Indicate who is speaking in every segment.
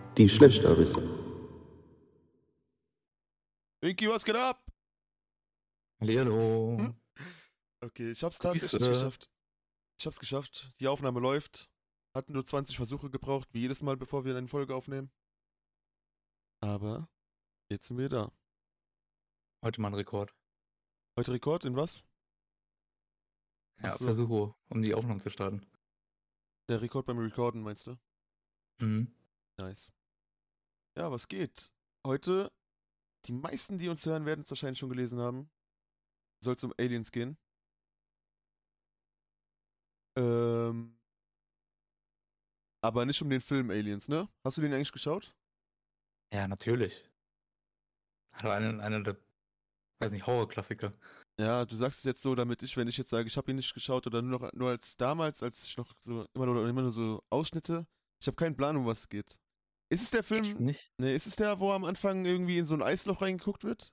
Speaker 1: Die Schlechterbisse.
Speaker 2: Winky, was geht ab?
Speaker 3: Hallihallo.
Speaker 2: Okay, ich hab's
Speaker 3: Grüße.
Speaker 2: tatsächlich geschafft. Ich hab's geschafft. Die Aufnahme läuft. Hatten nur 20 Versuche gebraucht, wie jedes Mal, bevor wir eine Folge aufnehmen. Aber jetzt sind wir da.
Speaker 3: Heute mal ein Rekord.
Speaker 2: Heute Rekord in was?
Speaker 3: Ja,
Speaker 2: Achso.
Speaker 3: Versuche, um die Aufnahme zu starten.
Speaker 2: Der Rekord beim Recorden, meinst du?
Speaker 3: Mhm.
Speaker 2: Nice. Ja, was geht? Heute, die meisten, die uns hören, werden es wahrscheinlich schon gelesen haben. Soll es um Aliens gehen. Aber nicht um den Film Aliens, ne? Hast du den eigentlich geschaut?
Speaker 3: Ja, natürlich. Also einer der, weiß nicht, Horrorklassiker.
Speaker 2: Ja, du sagst es jetzt so, damit wenn ich jetzt sage, ich habe ihn nicht geschaut oder nur als damals, als ich noch so immer nur so Ausschnitte. Ich habe keinen Plan, um was es geht. Ist es der
Speaker 3: Echt
Speaker 2: Film?
Speaker 3: nicht?
Speaker 2: Ne, ist es der, wo am Anfang irgendwie in so ein Eisloch reingeguckt wird?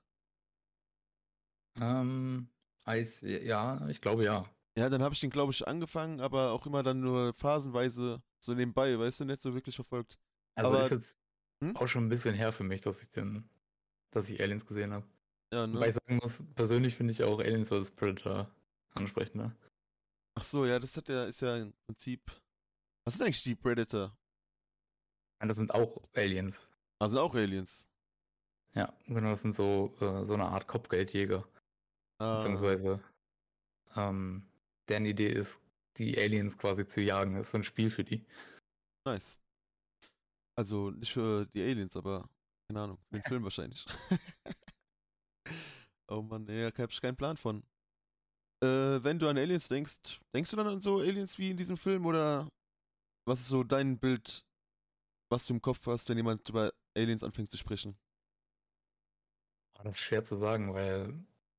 Speaker 3: Eis, ja, ich glaube ja.
Speaker 2: Ja, dann habe ich den, glaube ich, angefangen, aber auch immer dann nur phasenweise so nebenbei, weißt du, nicht so wirklich verfolgt.
Speaker 3: Also
Speaker 2: Aber,
Speaker 3: ist jetzt
Speaker 2: hm?
Speaker 3: auch schon ein bisschen her für mich, dass ich Aliens gesehen habe.
Speaker 2: Ja,
Speaker 3: Wobei
Speaker 2: ne?
Speaker 3: ich sagen muss, persönlich finde ich auch Aliens vs. Predator ansprechender.
Speaker 2: Ach so, ja, ist ja im Prinzip. Was sind eigentlich die Predator?
Speaker 3: Und das sind auch Aliens.
Speaker 2: Also auch Aliens.
Speaker 3: Ja, genau, das sind so eine Art Kopfgeldjäger.
Speaker 2: Ah,
Speaker 3: Beziehungsweise deren Idee ist, die Aliens quasi zu jagen. Das ist so ein Spiel für die.
Speaker 2: nice. Also nicht für die Aliens, aber keine Ahnung, für den Film wahrscheinlich. Oh Mann, nee, da hab ich keinen Plan von. Wenn du an Aliens denkst, denkst du dann an so Aliens wie in diesem Film oder was ist so dein Bild, was du im Kopf hast, wenn jemand über Aliens anfängt zu sprechen?
Speaker 3: Aber das ist schwer zu sagen, weil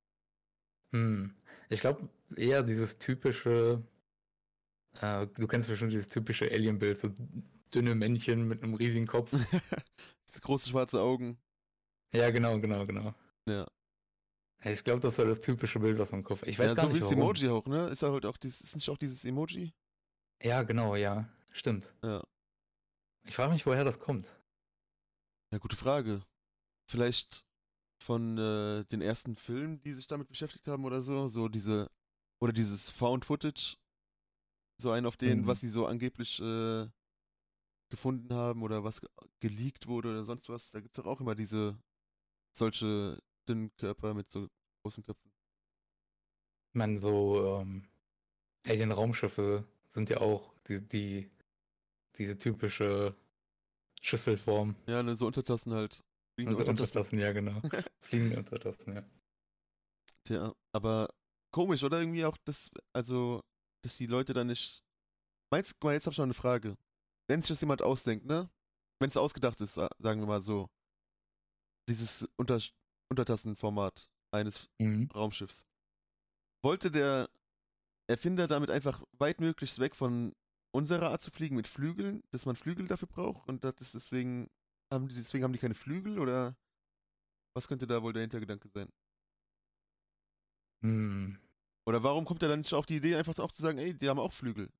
Speaker 3: ich glaube eher dieses typische, du kennst bestimmt dieses typische Alien-Bild, so dünne Männchen mit einem riesigen Kopf.
Speaker 2: Diese große schwarze Augen.
Speaker 3: Ja, genau.
Speaker 2: Ja.
Speaker 3: Ich glaube, das ist so das typische Bild, was man im Kopf. Ich weiß
Speaker 2: Ja,
Speaker 3: gar
Speaker 2: so wie
Speaker 3: nicht
Speaker 2: das
Speaker 3: warum.
Speaker 2: Emoji auch, ne? Ist ja halt auch dieses, ist nicht auch dieses Emoji?
Speaker 3: Ja, genau, ja, stimmt.
Speaker 2: Ja.
Speaker 3: Ich frage mich, woher das kommt.
Speaker 2: Ja, gute Frage. Vielleicht von den ersten Filmen, die sich damit beschäftigt haben oder so. Oder dieses Found Footage. So einen auf den, was
Speaker 3: Hm.
Speaker 2: sie so angeblich gefunden haben oder was geleakt wurde oder sonst was. Da gibt es doch auch immer solche dünnen Körper mit so großen Köpfen.
Speaker 3: Ich meine, so Alien-Raumschiffe sind ja auch diese typische Schüsselform.
Speaker 2: Ja, ne, so Untertassen halt. Fliegende
Speaker 3: Also
Speaker 2: Untertassen.
Speaker 3: Untertassen, ja genau. Fliegende Untertassen, ja.
Speaker 2: Tja, aber komisch, oder? Irgendwie auch also, dass die Leute da nicht. Meinst du, guck mal, jetzt hab ich noch eine Frage. Wenn sich das jemand ausdenkt, ne? Wenn es ausgedacht ist, sagen wir mal so, dieses Untertassenformat eines
Speaker 3: Mhm.
Speaker 2: Raumschiffs. Wollte der Erfinder damit einfach weitmöglichst weg von unserer Art zu fliegen mit Flügeln, dass man Flügel dafür braucht und das ist deswegen haben die keine Flügel oder was könnte da wohl der Hintergedanke sein?
Speaker 3: Hm.
Speaker 2: Oder warum kommt er dann nicht auf die Idee, einfach auch zu sagen, ey, die haben auch Flügel?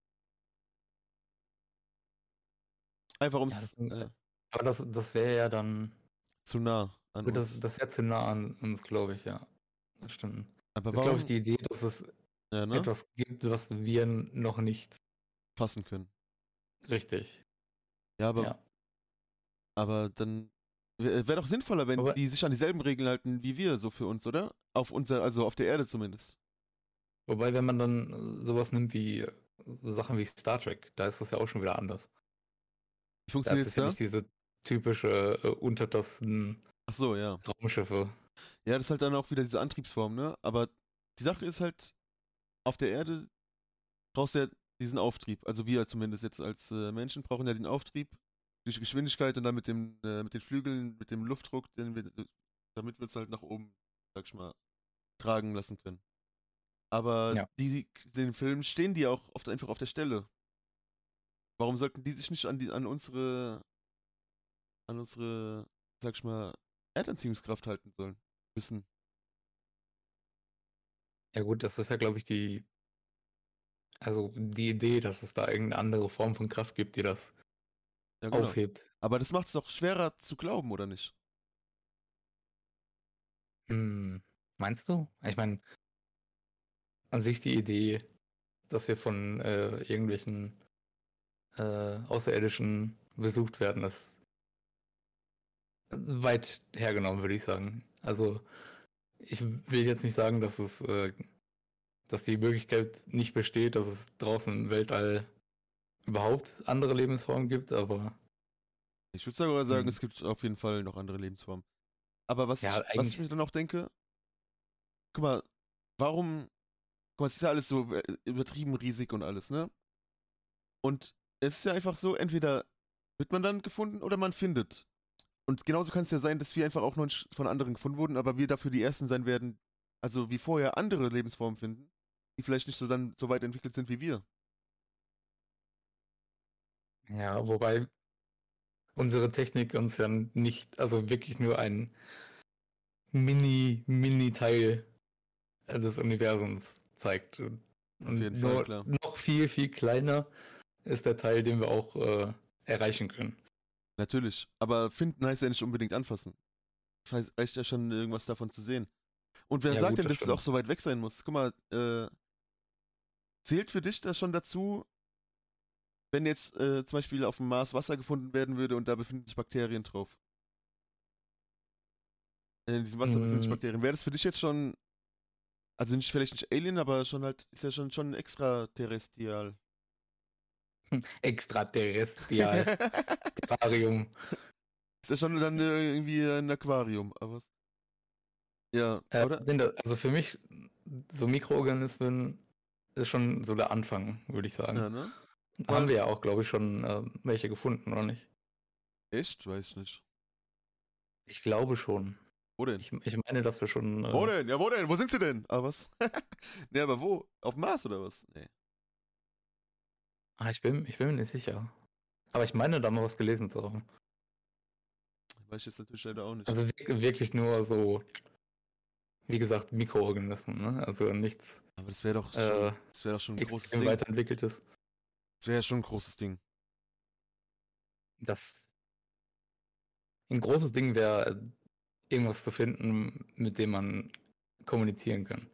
Speaker 2: Einfach
Speaker 3: Ja,
Speaker 2: ums
Speaker 3: aber das wäre ja dann,
Speaker 2: zu nah an
Speaker 3: gut, das,
Speaker 2: uns.
Speaker 3: das wäre zu nah an uns, glaube ich, ja. Das stimmt.
Speaker 2: Aber
Speaker 3: Das ist, glaube ich,
Speaker 2: warum,
Speaker 3: die Idee, dass es
Speaker 2: ja, ne?
Speaker 3: etwas gibt, was wir noch nicht
Speaker 2: Fassen können.
Speaker 3: richtig.
Speaker 2: Ja,
Speaker 3: Ja.
Speaker 2: aber dann wäre doch sinnvoller, wenn
Speaker 3: Aber,
Speaker 2: die sich an dieselben Regeln halten wie wir, so für uns, oder? Also auf der Erde zumindest.
Speaker 3: wobei, wenn man dann sowas nimmt wie so Sachen wie Star Trek, da ist das ja auch schon wieder anders.
Speaker 2: Wie
Speaker 3: Da ist
Speaker 2: funktioniert's
Speaker 3: es ja
Speaker 2: da?
Speaker 3: nicht diese typische Untertassen
Speaker 2: Ach so, ja.
Speaker 3: Raumschiffe.
Speaker 2: Ja, das ist halt dann auch wieder diese Antriebsform, ne? Aber die Sache ist halt, auf der Erde brauchst du ja diesen Auftrieb. Also wir zumindest jetzt als Menschen brauchen ja den Auftrieb durch die Geschwindigkeit und dann mit den Flügeln, mit dem Luftdruck, damit wir uns halt nach oben, sag ich mal, tragen lassen können. Aber
Speaker 3: Ja.
Speaker 2: den Filmen stehen die auch oft einfach auf der Stelle. Warum sollten die sich nicht an unsere, sag ich mal, Erdanziehungskraft halten sollen? Müssen.
Speaker 3: Ja gut, das ist ja, glaube ich, also die Idee, dass es da irgendeine andere Form von Kraft gibt, die das
Speaker 2: Ja, genau.
Speaker 3: aufhebt.
Speaker 2: Aber das macht es doch schwerer zu glauben, oder nicht?
Speaker 3: Hm, meinst du? Ich meine, an sich die Idee, dass wir von irgendwelchen Außerirdischen besucht werden, ist weit hergenommen, würde ich sagen. Also ich will jetzt nicht sagen, dass die Möglichkeit nicht besteht, dass es draußen im Weltall überhaupt andere Lebensformen gibt, aber
Speaker 2: Ich würde sogar sagen,
Speaker 3: hm,
Speaker 2: es gibt auf jeden Fall noch andere Lebensformen. Aber
Speaker 3: ja,
Speaker 2: was ich
Speaker 3: eigentlich,
Speaker 2: mir dann auch denke, guck mal, warum, guck mal, es ist ja alles so übertrieben riesig und alles, ne? Und es ist ja einfach so, entweder wird man dann gefunden oder man findet. Und genauso kann es ja sein, dass wir einfach auch noch nicht von anderen gefunden wurden, aber wir dafür die Ersten sein werden, also wie vorher andere Lebensformen finden, die vielleicht nicht so dann so weit entwickelt sind wie wir.
Speaker 3: ja, wobei unsere Technik uns ja nicht, also wirklich nur ein Mini-Teil des Universums zeigt.
Speaker 2: Auf
Speaker 3: Und
Speaker 2: jeden Fall,
Speaker 3: nur
Speaker 2: klar.
Speaker 3: noch viel, viel kleiner ist der Teil, den wir auch erreichen können.
Speaker 2: Natürlich. Aber finden heißt ja nicht unbedingt anfassen. Reicht ja schon, irgendwas davon zu sehen. Und wer
Speaker 3: Ja,
Speaker 2: sagt
Speaker 3: gut,
Speaker 2: denn,
Speaker 3: das
Speaker 2: dass es auch
Speaker 3: stimmt.
Speaker 2: so weit weg sein muss? Guck mal, zählt für dich das schon dazu, wenn jetzt zum Beispiel auf dem Mars Wasser gefunden werden würde und da befinden sich Bakterien drauf? In diesem Wasser befinden sich
Speaker 3: Mm,
Speaker 2: Bakterien. Wäre das für dich jetzt schon, also nicht vielleicht nicht Alien, aber schon halt, ist ja schon extraterrestrial.
Speaker 3: extraterrestrial. Terrarium.
Speaker 2: Ist ja schon dann irgendwie ein Aquarium, aber was? Ja, oder?
Speaker 3: Also für mich, so Mikroorganismen ist schon so der Anfang, würde ich sagen.
Speaker 2: Ja, ne?
Speaker 3: Haben
Speaker 2: Mal,
Speaker 3: wir ja auch, glaube ich, schon welche gefunden, oder nicht?
Speaker 2: echt? Weiß ich nicht.
Speaker 3: Ich glaube schon.
Speaker 2: Wo denn?
Speaker 3: Ich meine, dass wir schon.
Speaker 2: Wo denn? Ja, wo denn? Wo sind sie denn? Ah, was? Ne, aber wo? Auf dem Mars oder was? Nee.
Speaker 3: Ich bin mir nicht sicher. Aber ich meine, da mal was gelesen zu haben.
Speaker 2: Weiß ich jetzt natürlich leider auch nicht.
Speaker 3: Also wirklich nur so, wie gesagt, Mikroorganismen, ne? Also nichts
Speaker 2: Aber
Speaker 3: äh,
Speaker 2: das wäre doch schon ein großes
Speaker 3: extrem
Speaker 2: Ding.
Speaker 3: weiterentwickeltes.
Speaker 2: Das wäre ja schon ein großes Ding.
Speaker 3: Das ein großes Ding wäre, irgendwas zu finden, mit dem man kommunizieren kann.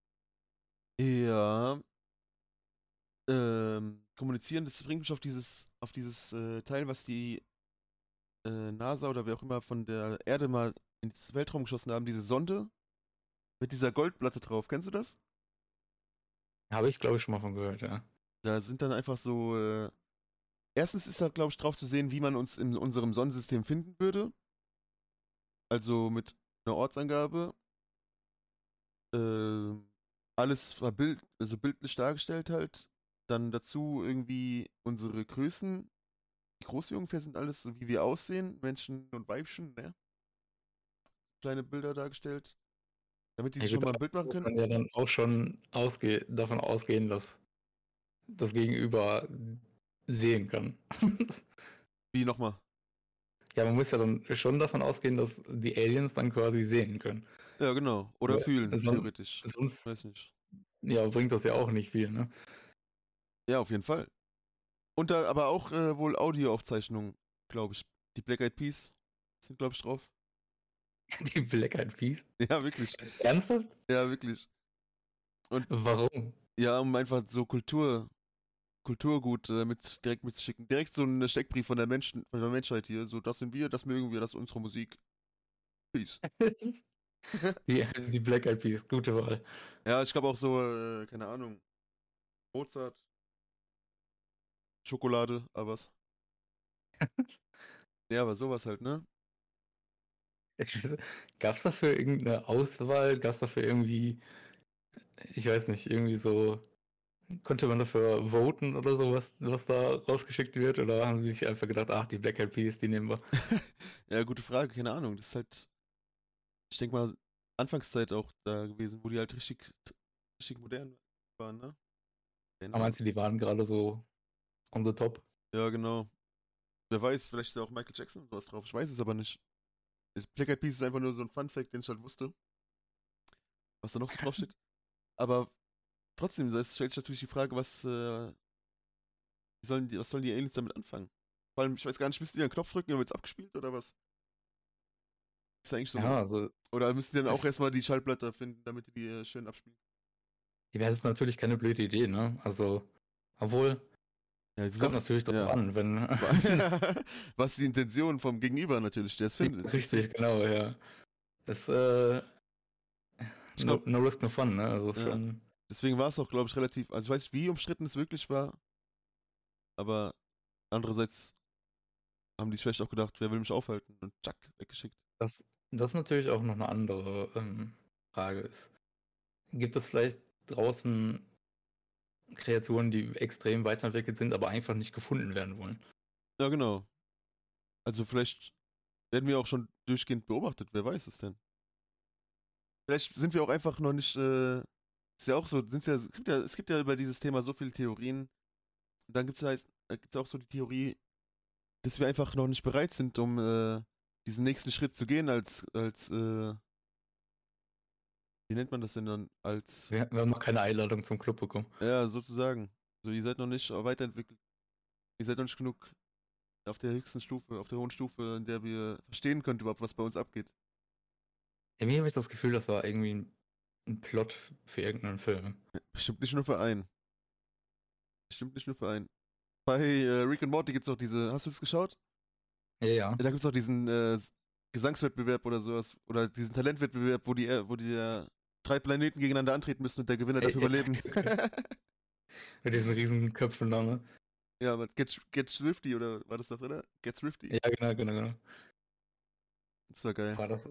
Speaker 2: Ja, kommunizieren, das bringt mich auf dieses Teil, was die NASA oder wer auch immer von der Erde mal ins Weltraum geschossen haben, diese Sonde mit dieser Goldplatte drauf. Kennst du das?
Speaker 3: Habe ich, glaube ich, schon mal von gehört, ja.
Speaker 2: Da sind dann einfach so, erstens ist da, glaube ich, drauf zu sehen, wie man uns in unserem Sonnensystem finden würde. Also mit einer Ortsangabe. Äh, alles also bildlich dargestellt halt. Dann dazu irgendwie unsere Größen, wie groß wir ungefähr sind, alles, so wie wir aussehen, Menschen und Weibchen, ne? Kleine Bilder dargestellt, damit die
Speaker 3: Ja
Speaker 2: sich
Speaker 3: gut,
Speaker 2: schon mal
Speaker 3: da
Speaker 2: ein Bild machen
Speaker 3: muss
Speaker 2: können.
Speaker 3: man ja dann auch schon davon ausgehen, dass das Gegenüber sehen kann.
Speaker 2: Wie nochmal?
Speaker 3: Ja, man muss ja dann schon davon ausgehen, dass die Aliens dann quasi sehen können.
Speaker 2: Ja, genau. Oder
Speaker 3: Weil
Speaker 2: fühlen, theoretisch.
Speaker 3: sonst
Speaker 2: Weiß nicht.
Speaker 3: ja, bringt das ja auch nicht viel, ne?
Speaker 2: Ja, auf jeden Fall. Und da aber auch wohl Audioaufzeichnungen, glaube ich. Die Black Eyed Peas sind, glaube ich, drauf.
Speaker 3: Die Black Eyed Peas.
Speaker 2: Ja, wirklich.
Speaker 3: Ernsthaft?
Speaker 2: Ja, wirklich. Und
Speaker 3: Warum?
Speaker 2: ja, um einfach so Kulturgut direkt mitzuschicken. Direkt so ein Steckbrief von der Menschheit hier. So, das sind wir, das mögen wir, das ist unsere Musik. Peace.
Speaker 3: Die Black Eyed Peas, gute Wahl.
Speaker 2: Ja, ich glaube auch so, keine Ahnung, Mozart, Schokolade, aber was? Ja, aber sowas halt, ne?
Speaker 3: Gab es dafür irgendeine Auswahl? Gab es dafür irgendwie, ich weiß nicht, irgendwie so, konnte man dafür voten oder so, was da rausgeschickt wird? Oder haben sie sich einfach gedacht, ach, die Black Eyed Peas, die nehmen wir?
Speaker 2: Ja, gute Frage, keine Ahnung. Das ist halt, ich denke mal, Anfangszeit auch da gewesen, wo die halt richtig modern waren, ne? Keine
Speaker 3: Aber
Speaker 2: Ahnung.
Speaker 3: meinst du, die waren gerade so on the top?
Speaker 2: Ja, genau. Wer weiß, vielleicht ist da auch Michael Jackson und sowas drauf. Ich weiß es aber nicht. Das Black Eyed Peas ist einfach nur so ein Fun-Fact, den ich halt wusste, was da noch so drauf steht. Aber trotzdem, da stellt sich natürlich die Frage, was sollen die Aliens damit anfangen? Vor allem, ich weiß gar nicht, müsst ihr einen Knopf drücken, dann wird's abgespielt oder was? Ist eigentlich so
Speaker 3: Ja, also
Speaker 2: oder müsst ihr dann auch
Speaker 3: es,
Speaker 2: erstmal die Schallplatte finden, damit ihr die schön abspielen?
Speaker 3: ja, das ist natürlich keine blöde Idee, ne? Also, obwohl,
Speaker 2: Ja,
Speaker 3: es
Speaker 2: die
Speaker 3: kommt
Speaker 2: Sache ist,
Speaker 3: natürlich darauf
Speaker 2: ja.
Speaker 3: an, wenn
Speaker 2: Was die Intention vom Gegenüber natürlich, der es findet.
Speaker 3: richtig, genau, ja. Das
Speaker 2: Ich glaube,
Speaker 3: no risk, no fun, ne? Also ist
Speaker 2: ja.
Speaker 3: schon.
Speaker 2: Deswegen war es auch, glaube ich, relativ. Also ich weiß nicht, wie umstritten es wirklich war, aber andererseits haben die sich vielleicht auch gedacht, wer will mich aufhalten? Und tschack, weggeschickt.
Speaker 3: Das natürlich auch noch eine andere Frage ist. Gibt es vielleicht draußen Kreaturen, die extrem weiterentwickelt sind, aber einfach nicht gefunden werden wollen?
Speaker 2: Ja, genau. Also vielleicht werden wir auch schon durchgehend beobachtet, wer weiß es denn? Vielleicht sind wir auch einfach noch nicht, ist ja auch so, es gibt ja über dieses Thema so viele Theorien. Und dann gibt's ja auch so die Theorie, dass wir einfach noch nicht bereit sind, um diesen nächsten Schritt zu gehen, wie nennt man das denn dann?
Speaker 3: Wir haben noch keine Einladung zum Club bekommen.
Speaker 2: Ja, sozusagen. So, ihr seid noch nicht weiterentwickelt. Ihr seid noch nicht genug auf der höchsten Stufe, auf der hohen Stufe, in der wir verstehen können überhaupt, was bei uns abgeht.
Speaker 3: Irgendwie habe ich das Gefühl, das war irgendwie ein Plot für irgendeinen Film.
Speaker 2: Bestimmt nicht nur für einen. Bestimmt nicht nur für einen. Bei Rick and Morty gibt's auch hast du das geschaut?
Speaker 3: Ja, ja.
Speaker 2: Da gibt's auch diesen Gesangswettbewerb oder sowas, oder diesen Talentwettbewerb, wo die drei Planeten gegeneinander antreten müssen und der Gewinner darf
Speaker 3: Ja,
Speaker 2: überleben.
Speaker 3: okay. Mit diesen riesen Köpfen da, ne?
Speaker 2: Ja, aber Get Swifty, oder war das doch, oder? Get Swifty.
Speaker 3: Ja, genau, genau, genau.
Speaker 2: Das war geil.
Speaker 3: Boah, das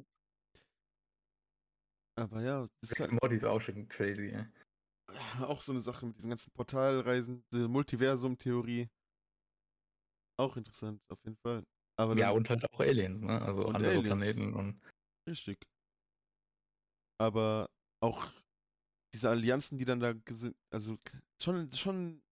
Speaker 2: Aber ja, das ist
Speaker 3: Rick
Speaker 2: halt
Speaker 3: and Morty ist auch schon crazy, ey.
Speaker 2: auch so eine Sache mit diesen ganzen Portalreisen, diese Multiversum-Theorie. Auch interessant, auf jeden Fall. Aber
Speaker 3: Ja,
Speaker 2: dann,
Speaker 3: und halt auch Aliens, ne? Also
Speaker 2: und
Speaker 3: andere
Speaker 2: Aliens,
Speaker 3: Planeten und.
Speaker 2: richtig. Aber auch diese Allianzen, die dann da sind, also schon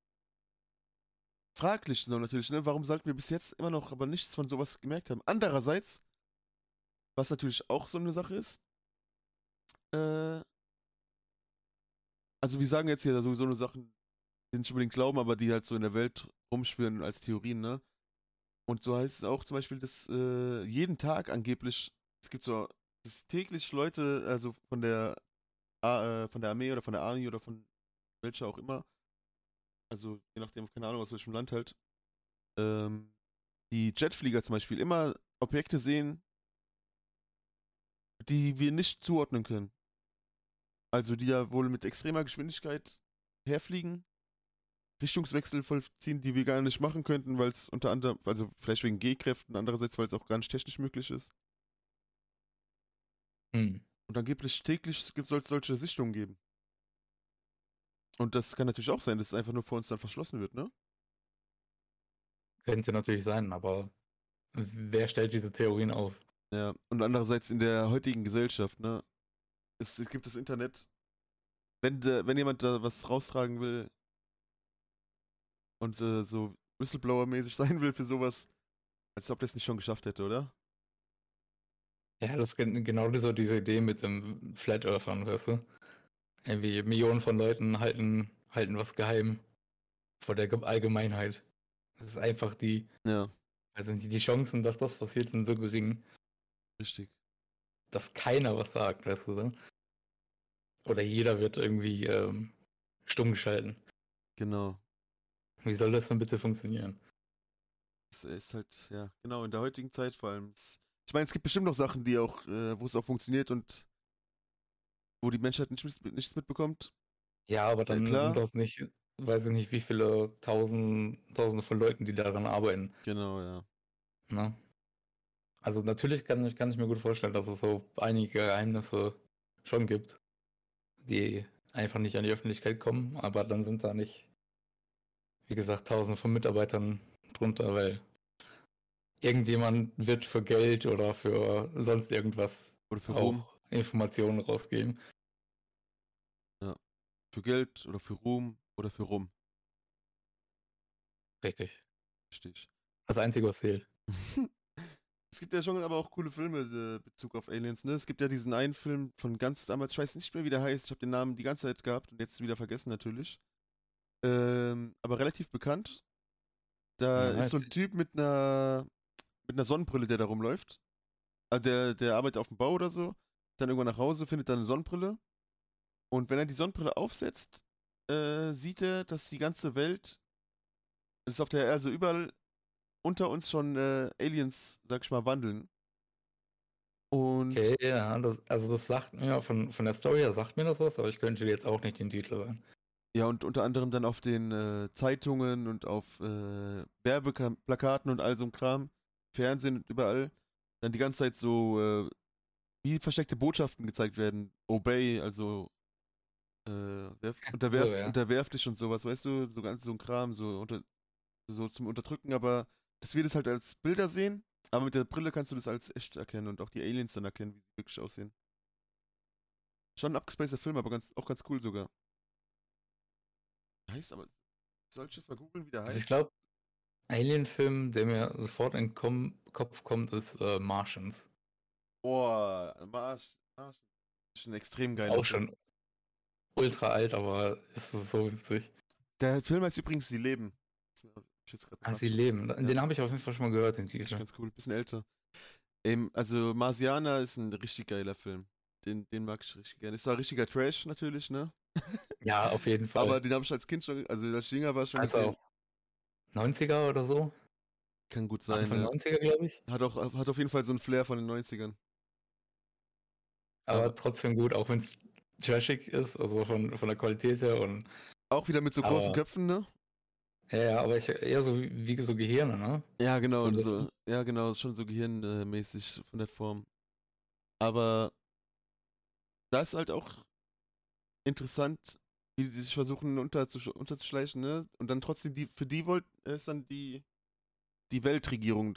Speaker 2: fraglich so natürlich, ne? Warum sollten wir bis jetzt immer noch aber nichts von sowas gemerkt haben? Andererseits, was natürlich auch so eine Sache ist, äh, also wir sagen jetzt hier sowieso nur Sachen, die nicht unbedingt glauben, aber die halt so in der Welt rumschwirren als Theorien, ne? Und so heißt es auch zum Beispiel, dass jeden Tag angeblich, es gibt so, dass täglich Leute, also von der Armee oder von der Army oder von welcher auch immer, also je nachdem, keine Ahnung, aus welchem Land halt, ähm, die Jetflieger zum Beispiel immer Objekte sehen, die wir nicht zuordnen können. Also die ja wohl mit extremer Geschwindigkeit herfliegen, Richtungswechsel vollziehen, die wir gar nicht machen könnten, weil es unter anderem, also vielleicht wegen G-Kräften, andererseits, weil es auch gar nicht technisch möglich ist.
Speaker 3: Hm.
Speaker 2: Und angeblich täglich soll es solche Sichtungen geben. Und das kann natürlich auch sein, dass es einfach nur vor uns dann verschlossen wird, ne?
Speaker 3: Könnte natürlich sein, aber wer stellt diese Theorien auf?
Speaker 2: Ja, und andererseits in der heutigen Gesellschaft, ne? Es gibt das Internet. Wenn jemand da was raustragen will und so Whistleblower-mäßig sein will für sowas, als ob der es nicht schon geschafft hätte, oder?
Speaker 3: Ja, das ist genau so diese Idee mit dem Flat Earthern, weißt du? Irgendwie Millionen von Leuten halten was geheim vor der Allgemeinheit. Das ist einfach
Speaker 2: Ja,
Speaker 3: also die Chancen, dass das passiert, sind so gering,
Speaker 2: richtig.
Speaker 3: dass keiner was sagt, weißt du so? Oder jeder wird irgendwie stumm geschalten.
Speaker 2: Genau.
Speaker 3: Wie soll das denn bitte funktionieren?
Speaker 2: Es ist halt, ja, genau, in der heutigen Zeit vor allem. Ich meine, es gibt bestimmt noch Sachen, die auch, wo es auch funktioniert und wo die Menschheit nichts mitbekommt.
Speaker 3: Ja, aber dann sind
Speaker 2: Klar.
Speaker 3: das nicht, weiß ich nicht, wie viele Tausende von Leuten, die daran arbeiten.
Speaker 2: Genau, ja.
Speaker 3: Ne? Also natürlich kann ich mir gut vorstellen, dass es so einige Geheimnisse schon gibt, die einfach nicht an die Öffentlichkeit kommen, aber dann sind da nicht, wie gesagt, Tausende von Mitarbeitern drunter, weil irgendjemand wird für Geld oder für sonst irgendwas
Speaker 2: Oder für Ruhm.
Speaker 3: auch Informationen rausgeben.
Speaker 2: Ja. Für Geld oder für Ruhm oder für Rum.
Speaker 3: Richtig.
Speaker 2: Verstehe ich.
Speaker 3: Das Einzige, was zählt.
Speaker 2: Es gibt ja schon aber auch coole Filme Bezug auf Aliens, ne? Es gibt ja diesen einen Film von ganz damals, ich weiß nicht mehr, wie der heißt. Ich habe den Namen die ganze Zeit gehabt und jetzt wieder vergessen natürlich. Aber relativ bekannt. Da
Speaker 3: Ja,
Speaker 2: ist so ein
Speaker 3: erzähl.
Speaker 2: Typ mit einer Sonnenbrille, der da rumläuft. Also der arbeitet auf dem Bau oder so. Dann irgendwann nach Hause, findet dann eine Sonnenbrille. Und wenn er die Sonnenbrille aufsetzt, sieht er, dass die ganze Welt, es ist auf der Erde, also überall unter uns schon Aliens, sag ich mal, wandeln. Und
Speaker 3: Okay, ja, also das sagt mir, von der Story her sagt mir das was, aber ich könnte dir jetzt auch nicht den Titel sagen.
Speaker 2: ja, und unter anderem dann auf den Zeitungen und auf Werbeplakaten und all so ein Kram, Fernsehen und überall, dann die ganze Zeit so wie versteckte Botschaften gezeigt werden. Obey, also
Speaker 3: So, ja.
Speaker 2: unterwerf dich und sowas, weißt du, so ganz so ein Kram, so zum Unterdrücken, aber dass wir das halt als Bilder sehen, aber mit der Brille kannst du das als echt erkennen und auch die Aliens dann erkennen, wie sie wirklich aussehen. Schon ein abgespaceder Film, aber auch ganz cool sogar. Heißt aber, soll ich jetzt mal googeln, wie der
Speaker 3: Also ich
Speaker 2: heißt?
Speaker 3: glaube, Alien-Film, der mir sofort in den Kopf kommt, ist Martians.
Speaker 2: Boah, Marsch. Ist ein extrem
Speaker 3: Ist
Speaker 2: geiler
Speaker 3: auch
Speaker 2: Film.
Speaker 3: schon ultra alt, aber ist so witzig.
Speaker 2: Der Film heißt übrigens Sie leben. Das hab ich jetzt gerade
Speaker 3: Ah, sie
Speaker 2: nachgeschaut.
Speaker 3: leben.
Speaker 2: Ja,
Speaker 3: Den habe ich auf jeden Fall schon mal gehört, den
Speaker 2: echt
Speaker 3: Titel.
Speaker 2: ganz cool. Bisschen älter. Also Marsianer ist ein richtig geiler Film. Den mag ich richtig gerne. Ist zwar richtiger Trash natürlich, ne?
Speaker 3: Ja, auf jeden
Speaker 2: Aber
Speaker 3: Fall.
Speaker 2: den habe ich als Kind schon, also als ich jünger war, schon
Speaker 3: Also
Speaker 2: gesehen.
Speaker 3: auch 90er oder so.
Speaker 2: Kann gut sein,
Speaker 3: Anfang
Speaker 2: ja.
Speaker 3: 90er, glaube ich.
Speaker 2: Hat auf jeden Fall so einen Flair von den 90ern. Aber
Speaker 3: Aber trotzdem gut, auch wenn es trashig ist, also von der Qualität her.
Speaker 2: auch wieder mit so großen
Speaker 3: Aber
Speaker 2: Köpfen, ne?
Speaker 3: ja, aber eher so wie so Gehirne, ne?
Speaker 2: Ja, genau,
Speaker 3: So ein
Speaker 2: und
Speaker 3: bisschen.
Speaker 2: so. Ja, genau, ist schon so gehirnmäßig von der Form. Aber da ist halt auch interessant, wie die sich versuchen unterzuschleichen, ne? Und dann trotzdem für die ist dann die Weltregierung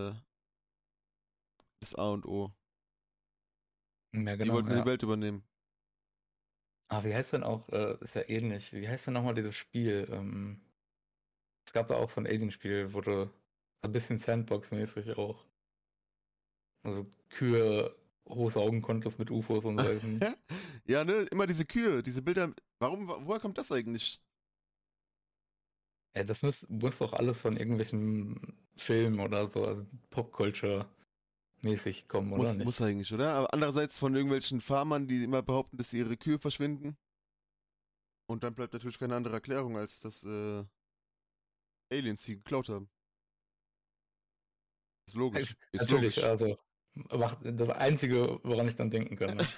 Speaker 2: das A und O.
Speaker 3: Ja,
Speaker 2: Die
Speaker 3: genau,
Speaker 2: wollten die
Speaker 3: ja.
Speaker 2: Welt übernehmen.
Speaker 3: Ah, wie heißt denn auch, ist ja ähnlich. Wie heißt denn nochmal dieses Spiel? Es gab da auch so ein Alien-Spiel, wo du so ein bisschen Sandbox-mäßig auch, also Kühe hochsaugen konntest mit UFOs und so. Weiß nicht.
Speaker 2: Ja, ne? Immer diese Kühe, diese Bilder. Woher kommt das eigentlich?
Speaker 3: Ja, das muss doch alles von irgendwelchen Filmen oder so, also Popculture-mäßig kommen, oder
Speaker 2: Muss
Speaker 3: nicht?
Speaker 2: eigentlich, oder? Aber andererseits von irgendwelchen Farmern, die immer behaupten, dass ihre Kühe verschwinden. Und dann bleibt natürlich keine andere Erklärung, als dass Aliens sie geklaut haben. Ist logisch. Ist
Speaker 3: Natürlich,
Speaker 2: logisch.
Speaker 3: also das Einzige, woran ich dann denken kann, ne?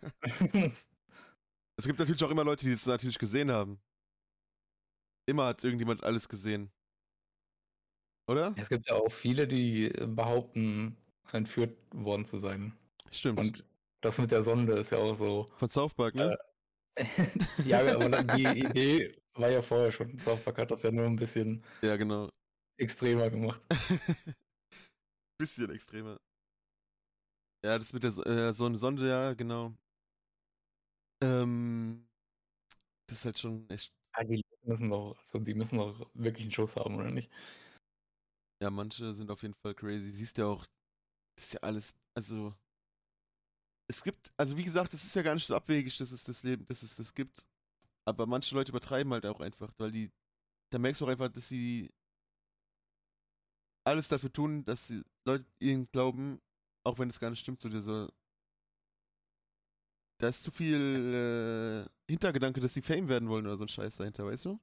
Speaker 2: Es gibt natürlich auch immer Leute, die es natürlich gesehen haben. Immer hat irgendjemand alles gesehen. Oder?
Speaker 3: Es gibt ja auch viele, die behaupten, entführt worden zu sein.
Speaker 2: Stimmt.
Speaker 3: Und das mit der Sonde ist ja auch so.
Speaker 2: Von South Park, ne?
Speaker 3: Äh, ja, aber die Idee war ja vorher schon. South Park hat das ja nur ein bisschen
Speaker 2: Ja, genau.
Speaker 3: extremer gemacht.
Speaker 2: Bisschen extremer. Ja, das mit der Sonde, ja, genau. Ähm, Das ist halt schon echt.
Speaker 3: Ah, die müssen doch wirklich einen Schuss haben, oder nicht?
Speaker 2: Ja, manche sind auf jeden Fall crazy. Siehst ja auch, das ist ja alles. Also, es gibt, also wie gesagt, es ist ja gar nicht so abwegig, dass es das Leben, dass es das gibt. Aber manche Leute übertreiben halt auch einfach, da merkst du auch einfach, dass sie alles dafür tun, dass sie Leute ihnen glauben, auch wenn es gar nicht stimmt, da ist zu viel Hintergedanke, dass sie Fame werden wollen oder so ein Scheiß dahinter, weißt du?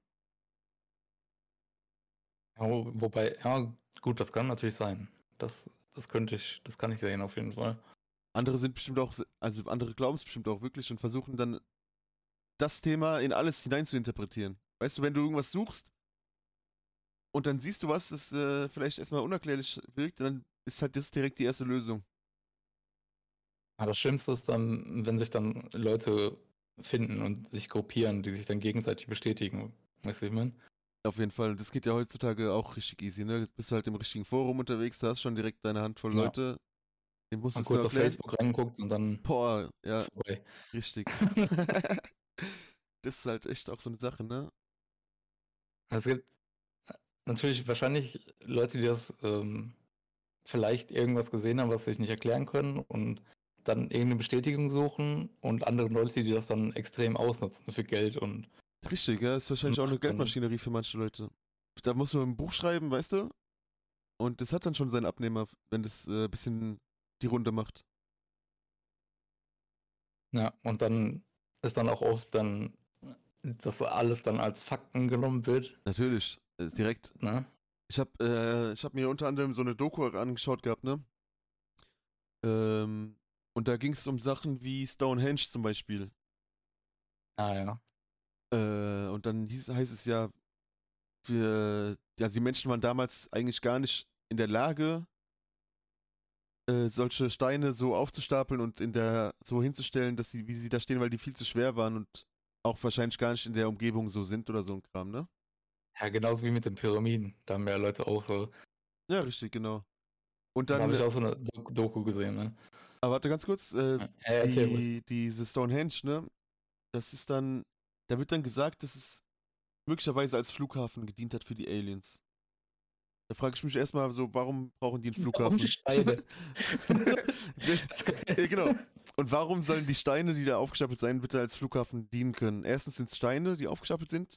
Speaker 3: Ja, wobei, ja, gut, das kann natürlich sein. Das kann ich sehen auf jeden Fall.
Speaker 2: Andere sind bestimmt auch, also andere glauben es bestimmt auch wirklich und versuchen dann das Thema in alles hinein zu interpretieren. Weißt du, wenn du irgendwas suchst und dann siehst du was, das vielleicht erstmal unerklärlich wirkt, dann ist halt das direkt die erste Lösung.
Speaker 3: Aber das Schlimmste ist dann, wenn sich dann Leute finden und sich gruppieren, die sich dann gegenseitig bestätigen. Weißt du, wie ich meine?
Speaker 2: Auf jeden Fall. Das geht ja heutzutage auch richtig easy, ne? Du bist halt im richtigen Forum unterwegs, da hast schon direkt deine Handvoll
Speaker 3: Ja.
Speaker 2: Leute. Dem musst du
Speaker 3: Mal
Speaker 2: es nur
Speaker 3: kurz auf
Speaker 2: erklären.
Speaker 3: Facebook reinguckt und dann
Speaker 2: Boah, ja,
Speaker 3: vorbei.
Speaker 2: richtig. Das ist halt echt auch so eine Sache, ne?
Speaker 3: Es gibt natürlich wahrscheinlich Leute, die das vielleicht irgendwas gesehen haben, was sie sich nicht erklären können und dann irgendeine Bestätigung suchen und andere Leute, die das dann extrem ausnutzen für Geld und
Speaker 2: Richtig, ja, ist wahrscheinlich auch eine
Speaker 3: Macht und
Speaker 2: Geldmaschinerie für manche Leute. da musst du ein Buch schreiben, weißt du? Und das hat dann schon seinen Abnehmer, wenn das ein bisschen die Runde macht.
Speaker 3: Ja, und dann ist dann auch oft dann, dass alles dann als Fakten genommen wird,
Speaker 2: Natürlich, direkt.
Speaker 3: ne?
Speaker 2: Ich hab mir unter anderem so eine Doku angeschaut gehabt, ne? Ähm, und da ging es um Sachen wie Stonehenge zum Beispiel.
Speaker 3: Ah ja.
Speaker 2: Und dann heißt es ja, die Menschen waren damals eigentlich gar nicht in der Lage, solche Steine so aufzustapeln und so hinzustellen, wie sie da stehen, weil die viel zu schwer waren und auch wahrscheinlich gar nicht in der Umgebung so sind oder so ein Kram, ne?
Speaker 3: Ja, genauso wie mit den Pyramiden. Da haben ja Leute auch so.
Speaker 2: Ja, richtig, genau. Und
Speaker 3: Da habe
Speaker 2: dann,
Speaker 3: ich auch so eine Doku gesehen, ne?
Speaker 2: aber warte ganz kurz,
Speaker 3: Ja, erzähl ruhig.
Speaker 2: diese Stonehenge, ne? Das ist dann, da wird dann gesagt, dass es möglicherweise als Flughafen gedient hat für die Aliens. Da frage ich mich erstmal so, warum brauchen die einen
Speaker 3: Warum die
Speaker 2: Flughafen?
Speaker 3: Steine?
Speaker 2: Ja, genau. Und warum sollen die Steine, die da aufgestapelt sein, bitte als Flughafen dienen können? Erstens sind es Steine, die aufgestapelt sind.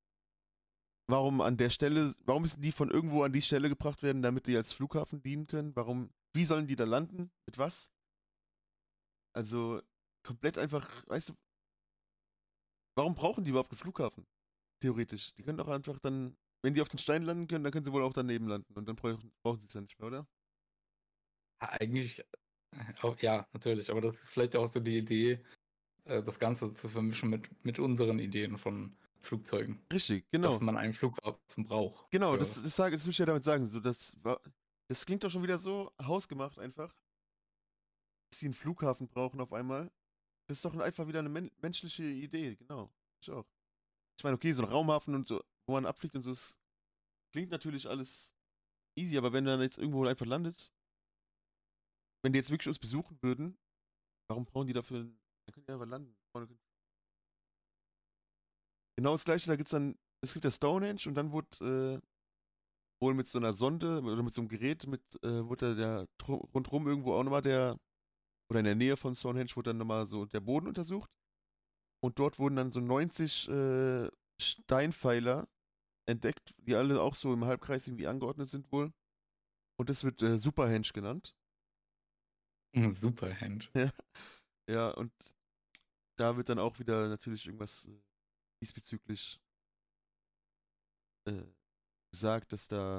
Speaker 2: Warum müssen die von irgendwo an die Stelle gebracht werden, damit die als Flughafen dienen können? Wie sollen die da landen? Mit was? Also komplett einfach, weißt du, warum brauchen die überhaupt einen Flughafen? Theoretisch. Die können doch einfach dann, wenn die auf den Stein landen können, dann können sie wohl auch daneben landen und dann brauchen sie es ja nicht mehr, oder?
Speaker 3: Ja, eigentlich, auch, ja, natürlich, aber das ist vielleicht auch so die Idee, das Ganze zu vermischen mit unseren Ideen von Flugzeugen,
Speaker 2: Richtig,
Speaker 3: dass
Speaker 2: genau.
Speaker 3: man einen Flughafen braucht
Speaker 2: Genau,
Speaker 3: für.
Speaker 2: das will ich ja damit sagen. So, das klingt doch schon wieder so hausgemacht einfach, dass sie einen Flughafen brauchen auf einmal. Das ist doch einfach wieder eine menschliche Idee, genau. Ich auch. Ich meine, okay, so ein Raumhafen und so, wo man abfliegt und so, das klingt natürlich alles easy, aber wenn man jetzt irgendwo einfach landet, wenn die jetzt wirklich uns besuchen würden, warum brauchen die dafür, dann können die einfach landen. Genau das gleiche, es gibt ja Stonehenge und dann wurde wohl mit so einer Sonde oder mit so einem Gerät wurde rundrum irgendwo auch nochmal oder in der Nähe von Stonehenge wurde dann nochmal so der Boden untersucht und dort wurden dann so 90 Steinpfeiler entdeckt, die alle auch so im Halbkreis irgendwie angeordnet sind wohl. Und das wird Superhenge genannt.
Speaker 3: Superhand.
Speaker 2: Ja, ja, und da wird dann auch wieder natürlich irgendwas diesbezüglich äh, gesagt,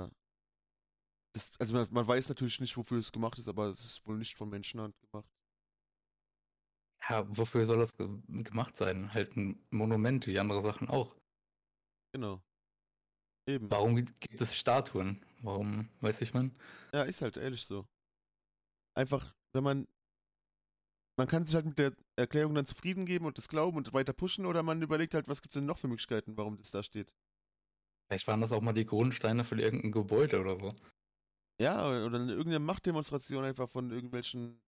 Speaker 2: also man weiß natürlich nicht, wofür es gemacht ist, aber es ist wohl nicht von Menschenhand gemacht.
Speaker 3: Ja, wofür soll das gemacht sein? Halt ein Monument, wie andere Sachen auch.
Speaker 2: Genau, eben.
Speaker 3: Warum gibt es Statuen? Warum, weiß ich man?
Speaker 2: Ja, ist halt ehrlich so. Einfach, man kann sich halt mit der Erklärung dann zufrieden geben und das glauben und weiter pushen oder man überlegt halt, was gibt es denn noch für Möglichkeiten, warum das da steht.
Speaker 3: Vielleicht waren das auch mal die Grundsteine für irgendein Gebäude oder so.
Speaker 2: Ja, oder irgendeine Machtdemonstration einfach von irgendwelchen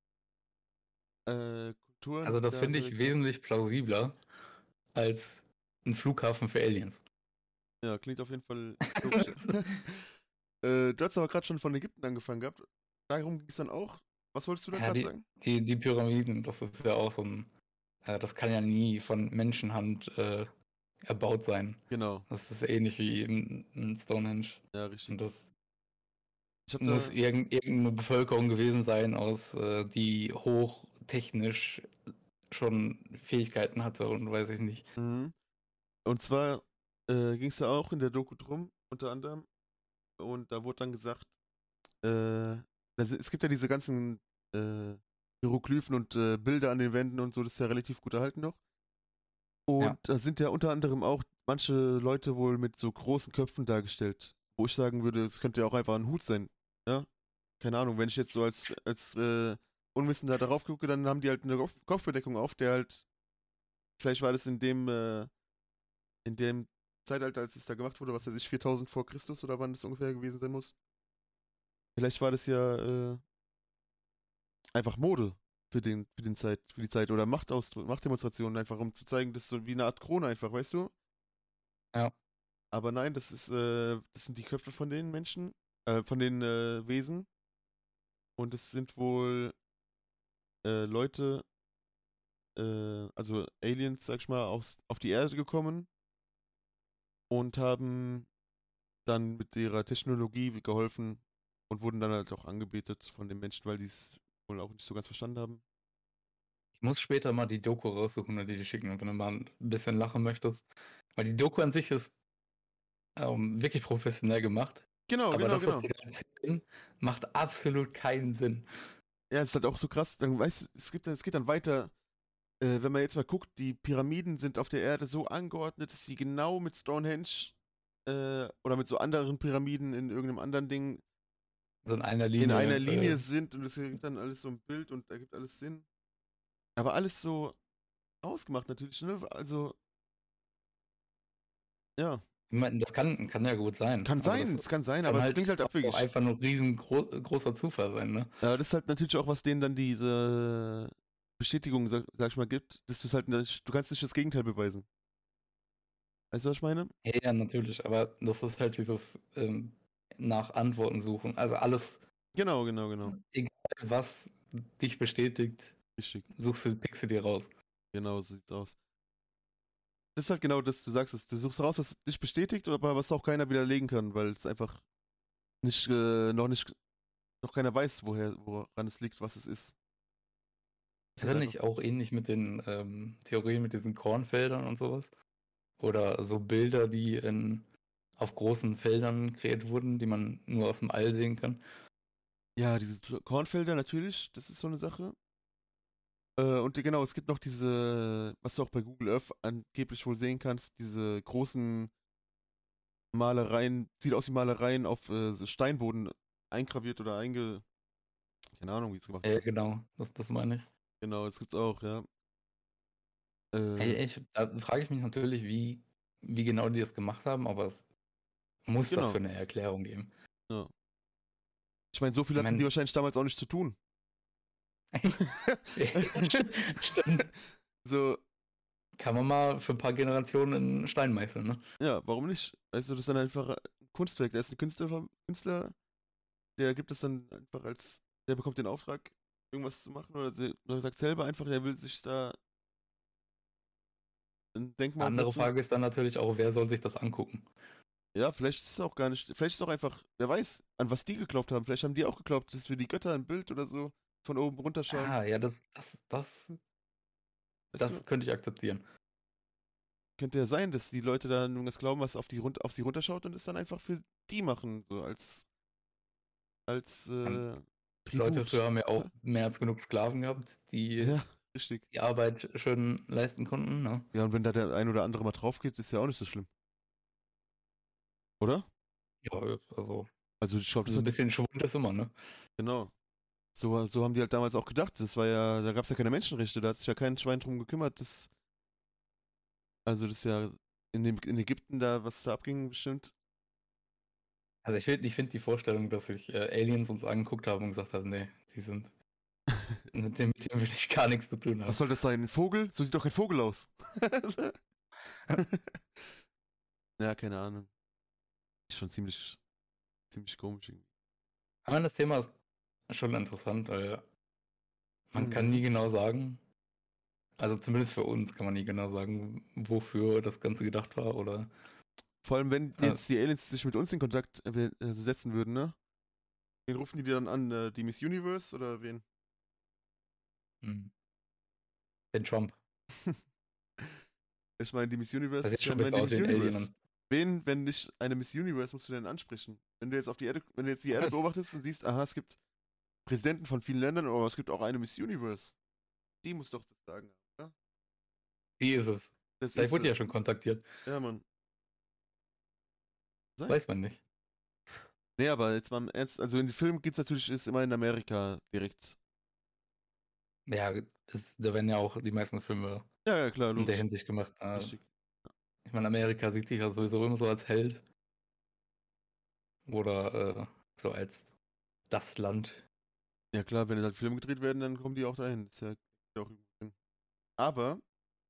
Speaker 2: Kulturen,
Speaker 3: Also
Speaker 2: die
Speaker 3: das
Speaker 2: da
Speaker 3: finde ich
Speaker 2: unterwegs sind.
Speaker 3: wesentlich plausibler als ein Flughafen für Aliens.
Speaker 2: Ja, klingt auf jeden Fall logisch jetzt. Du hast aber gerade schon von Ägypten angefangen gehabt. Darum ging es dann auch. Was wolltest du da
Speaker 3: Ja,
Speaker 2: gerade
Speaker 3: die,
Speaker 2: sagen?
Speaker 3: die, die Pyramiden, das ist ja auch so ein, das kann ja nie von Menschenhand erbaut sein.
Speaker 2: Genau.
Speaker 3: Das ist ähnlich wie in Stonehenge.
Speaker 2: Ja, richtig.
Speaker 3: Und das
Speaker 2: Ich habe
Speaker 3: muss
Speaker 2: da.
Speaker 3: irgendeine Bevölkerung gewesen sein, die hochtechnisch schon Fähigkeiten hatte und weiß ich nicht.
Speaker 2: Mhm. Und zwar ging es da auch in der Doku drum, unter anderem. Und da wurde dann gesagt, es gibt ja diese ganzen äh, Hieroglyphen und Bilder an den Wänden und so, das ist ja relativ gut erhalten noch.
Speaker 3: Ja,
Speaker 2: Und da sind ja unter anderem auch manche Leute wohl mit so großen Köpfen dargestellt, wo ich sagen würde, es könnte ja auch einfach ein Hut sein. Ja? Keine Ahnung, wenn ich jetzt so als Unwissender darauf gucke, dann haben die halt eine Kopfbedeckung auf, der halt, vielleicht war das in dem Zeitalter, als es da gemacht wurde, was weiß ich, 4000 vor Christus oder wann das ungefähr gewesen sein muss. Vielleicht war das ja einfach Mode für die Zeit oder Machtdemonstrationen einfach, um zu zeigen, das ist so wie eine Art Krone einfach, weißt du?
Speaker 3: ja.
Speaker 2: Aber nein, das sind die Köpfe von den Menschen, von den Wesen und es sind wohl Leute, also Aliens, sag ich mal, auf die Erde gekommen und haben dann mit ihrer Technologie geholfen und wurden dann halt auch angebetet von den Menschen, weil die es wohl auch nicht so ganz verstanden haben.
Speaker 3: Ich muss später mal die Doku raussuchen und die schicken, wenn du mal ein bisschen lachen möchtest. Weil die Doku an sich ist wirklich professionell gemacht.
Speaker 2: Genau,
Speaker 3: Aber
Speaker 2: genau,
Speaker 3: das, was
Speaker 2: genau.
Speaker 3: die da erzählen, macht absolut keinen Sinn.
Speaker 2: Ja, es ist halt auch so krass. Dann weißt du, es geht dann weiter. Wenn man jetzt mal guckt, die Pyramiden sind auf der Erde so angeordnet, dass sie genau mit Stonehenge oder mit so anderen Pyramiden in irgendeinem anderen Ding
Speaker 3: So in einer
Speaker 2: in
Speaker 3: Linie.
Speaker 2: einer Linie sind und es gibt dann alles so ein Bild und ergibt alles Sinn. Aber alles so ausgemacht natürlich, ne? Also, ja.
Speaker 3: Ich meine, das kann ja gut sein.
Speaker 2: Kann
Speaker 3: Aber das
Speaker 2: sein, es kann sein, aber
Speaker 3: kann
Speaker 2: es klingt
Speaker 3: halt
Speaker 2: halt
Speaker 3: auch
Speaker 2: abwegig.
Speaker 3: einfach nur riesengroßer Zufall sein, ne?
Speaker 2: Ja, das ist halt natürlich auch, was denen dann diese Bestätigung, sag ich mal, gibt, dass du es halt nicht, du kannst nicht das Gegenteil beweisen. Weißt du, was ich meine?
Speaker 3: Ja, ja, natürlich. Aber das ist halt dieses nach Antworten suchen. Also alles,
Speaker 2: Genau, genau, genau.
Speaker 3: egal was dich bestätigt,
Speaker 2: Richtig.
Speaker 3: pickst du dir raus.
Speaker 2: Genau, so sieht's aus. Das ist halt genau das, du sagst es. Du suchst raus, was dich bestätigt, aber was auch keiner widerlegen kann, weil es einfach nicht, noch keiner weiß, woran es liegt, was es ist. Ist
Speaker 3: Ist
Speaker 2: halt
Speaker 3: das
Speaker 2: einfach.
Speaker 3: nicht auch ähnlich mit den Theorien mit diesen Kornfeldern und sowas? Oder so Bilder, die auf großen Feldern kreiert wurden, die man nur aus dem All sehen kann?
Speaker 2: Ja, diese Kornfelder natürlich, das ist so eine Sache. Und genau, es gibt noch diese, was du auch bei Google Earth angeblich wohl sehen kannst, diese großen Malereien, sieht aus wie Malereien auf so Steinboden eingraviert oder keine Ahnung, wie es gemacht wurde.
Speaker 3: Genau, das meine ich.
Speaker 2: Genau, das gibt's auch, ja.
Speaker 3: Ey,
Speaker 2: Äh,
Speaker 3: da frage ich mich natürlich, wie genau die das gemacht haben, aber es muss dafür
Speaker 2: genau,
Speaker 3: eine Erklärung geben.
Speaker 2: ja. Ich meine, so viel
Speaker 3: Ich
Speaker 2: hatten die
Speaker 3: meine,
Speaker 2: wahrscheinlich damals auch nicht zu tun.
Speaker 3: stimmt.
Speaker 2: So,
Speaker 3: Kann man mal für ein paar Generationen in Stein meißeln, ne?
Speaker 2: ja, warum nicht? Also, das ist dann einfach ein Kunstwerk. Der ist ein Künstler, der gibt es dann einfach der bekommt den Auftrag, irgendwas zu machen oder sagt selber einfach, der will sich da ein
Speaker 3: Eine
Speaker 2: Denkmal
Speaker 3: andere
Speaker 2: setzen.
Speaker 3: Frage ist dann natürlich auch, wer soll sich das angucken?
Speaker 2: Ja, vielleicht ist es auch gar nicht, vielleicht ist es auch einfach, wer weiß, an was die geglaubt haben. Vielleicht haben die auch geglaubt, dass wir die Götter ein Bild oder so von oben runterschauen.
Speaker 3: Ah, ja, das
Speaker 2: Weißt du?
Speaker 3: könnte ich akzeptieren.
Speaker 2: Könnte ja sein, dass die Leute dann irgendwas glauben, was auf sie runterschaut und es dann einfach für die machen, so als
Speaker 3: Und Leute früher
Speaker 2: Tribut.
Speaker 3: haben ja auch mehr als genug Sklaven gehabt, die
Speaker 2: Ja, richtig.
Speaker 3: die Arbeit schön leisten konnten, ne?
Speaker 2: Ja, und wenn da der ein oder andere mal drauf geht, ist ja auch nicht so schlimm. Oder?
Speaker 3: Ja, also
Speaker 2: Also ich glaube, das
Speaker 3: so ein
Speaker 2: hat,
Speaker 3: bisschen Schwund ist immer, ne?
Speaker 2: genau. So haben die halt damals auch gedacht. Da gab es ja keine Menschenrechte, da hat sich ja kein Schwein drum gekümmert. Also das ist ja in Ägypten da, was da abging, bestimmt.
Speaker 3: Also ich finde die Vorstellung, dass sich Aliens uns angeguckt haben und gesagt haben, nee, die sind mit dem will ich gar nichts zu tun
Speaker 2: Was
Speaker 3: haben.
Speaker 2: soll das sein? Ein Vogel? So sieht doch kein Vogel aus. Ja, keine Ahnung. Ist schon ziemlich komisch irgendwie.
Speaker 3: Aber das Thema ist schon interessant, weil man kann
Speaker 2: Mhm.
Speaker 3: nie genau sagen, also zumindest für uns kann man nie genau sagen, wofür das Ganze gedacht war oder
Speaker 2: Vor allem, wenn
Speaker 3: äh,
Speaker 2: jetzt die Aliens sich mit uns in Kontakt setzen würden, ne? Wen rufen die dann an? Die Miss Universe oder wen?
Speaker 3: hm, den Trump.
Speaker 2: Ich meine, die Miss
Speaker 3: Das
Speaker 2: Universe
Speaker 3: sieht
Speaker 2: ist ja
Speaker 3: schon ein
Speaker 2: immerhin
Speaker 3: bisschen
Speaker 2: die
Speaker 3: aus wie
Speaker 2: Miss
Speaker 3: ein Alien.
Speaker 2: Universe. Wen, wenn nicht eine Miss Universe, musst du denn ansprechen? Wenn du jetzt die Erde beobachtest und siehst, aha, es gibt Präsidenten von vielen Ländern, aber es gibt auch eine Miss Universe. Die muss doch das sagen, oder?
Speaker 3: Die ist es.
Speaker 2: Das
Speaker 3: Vielleicht
Speaker 2: ist
Speaker 3: wurde
Speaker 2: sie.
Speaker 3: ja schon kontaktiert.
Speaker 2: Ja, Mann. Sein.
Speaker 3: Weiß man nicht.
Speaker 2: Nee, aber jetzt mal im Ernst, also in den Filmen geht's natürlich, ist immer in Amerika direkt.
Speaker 3: Ja, da werden ja auch die meisten Filme
Speaker 2: Ja, ja, klar,
Speaker 3: in der
Speaker 2: logisch.
Speaker 3: Hinsicht gemacht.
Speaker 2: Richtig.
Speaker 3: Ich meine, Amerika sieht sich ja sowieso immer so als Held oder so als das Land.
Speaker 2: Ja, klar, wenn halt Filme gedreht werden, dann kommen die auch dahin. Das ist ja auch irgendwo Sinn. Aber,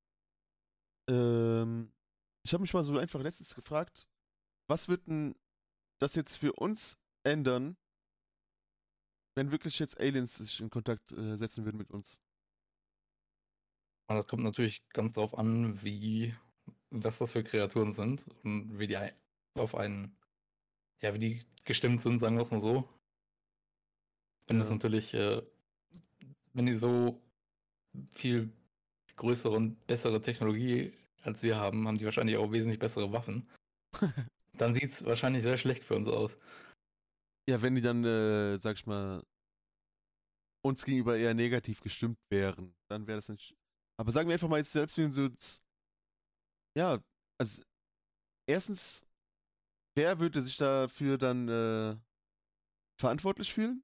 Speaker 2: ähm, ich habe mich mal so einfach letztens gefragt, was wird denn das jetzt für uns ändern, wenn wirklich jetzt Aliens sich in Kontakt setzen würden mit uns?
Speaker 3: Und das kommt natürlich ganz darauf an, was das für Kreaturen sind und wie die auf einen Ja, wie die gestimmt sind, sagen wir es mal so. Wenn das
Speaker 2: Ja.
Speaker 3: natürlich, wenn die so viel größere und bessere Technologie als wir haben, haben die wahrscheinlich auch wesentlich bessere Waffen. Dann sieht es wahrscheinlich sehr schlecht für uns aus.
Speaker 2: Ja, wenn die dann, sag ich mal, uns gegenüber eher negativ gestimmt wären, dann wäre das nicht. Aber sagen wir einfach mal jetzt selbst, wenn so, ja, also erstens, wer würde sich dafür dann verantwortlich fühlen?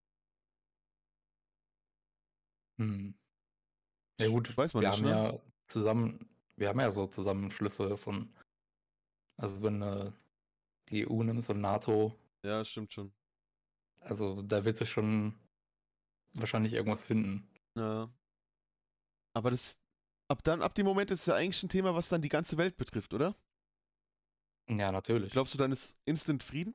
Speaker 3: Hm. Ja gut,
Speaker 2: Weiß man nicht, ne?
Speaker 3: wir haben ja so Zusammenschlüsse von, also wenn die EU nimmst und NATO,
Speaker 2: Ja, stimmt schon.
Speaker 3: also da wird sich schon wahrscheinlich irgendwas finden.
Speaker 2: Ja. Aber ab dem Moment ist es ja eigentlich ein Thema, was dann die ganze Welt betrifft, oder?
Speaker 3: Ja, natürlich.
Speaker 2: Glaubst du, dann ist Instant Frieden?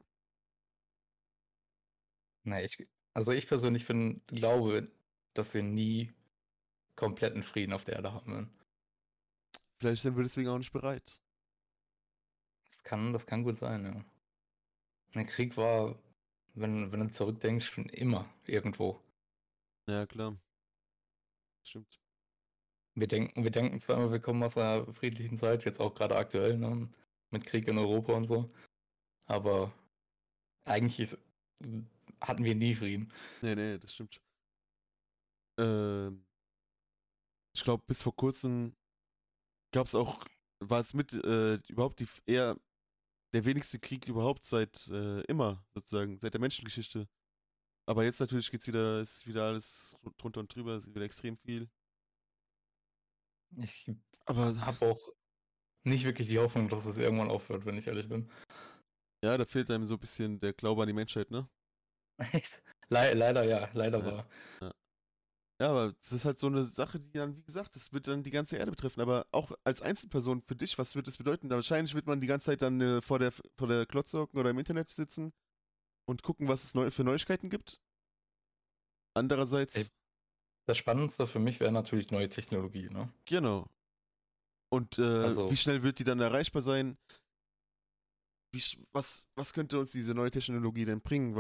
Speaker 3: Na, also ich persönlich glaube, dass wir nie kompletten Frieden auf der Erde haben werden.
Speaker 2: Vielleicht sind wir deswegen auch nicht bereit.
Speaker 3: Das kann gut sein, ja. Der Krieg war, wenn du zurückdenkst, schon immer irgendwo.
Speaker 2: Ja, klar. Das stimmt.
Speaker 3: Wir denken zwar immer, wir kommen aus einer friedlichen Zeit, jetzt auch gerade aktuell, ne, mit Krieg in Europa und so, aber eigentlich hatten wir nie Frieden.
Speaker 2: Nee, nee, das stimmt. Ähm, Ich glaube, bis vor kurzem gab es auch, war es mit überhaupt eher der wenigste Krieg überhaupt seit immer, sozusagen, seit der Menschengeschichte. Aber jetzt natürlich ist wieder alles drunter und drüber, ist wieder extrem viel.
Speaker 3: Ich
Speaker 2: Aber
Speaker 3: habe auch nicht wirklich die Hoffnung, dass es irgendwann aufhört, wenn ich ehrlich bin.
Speaker 2: ja, da fehlt einem so ein bisschen der Glaube an die Menschheit, ne?
Speaker 3: Leider ja, leider
Speaker 2: Ja,
Speaker 3: war.
Speaker 2: ja. Ja, aber es ist halt so eine Sache, die dann, wie gesagt, das wird dann die ganze Erde betreffen. Aber auch als Einzelperson für dich, was wird das bedeuten? Da wahrscheinlich wird man die ganze Zeit dann vor der Glotze hocken oder im Internet sitzen und gucken, was es für Neuigkeiten gibt.
Speaker 3: Ey,
Speaker 2: Andererseits,
Speaker 3: das Spannendste für mich wäre natürlich neue Technologie, ne?
Speaker 2: genau. Und wie
Speaker 3: Also,
Speaker 2: schnell wird die dann erreichbar sein? Was könnte uns diese neue Technologie denn bringen?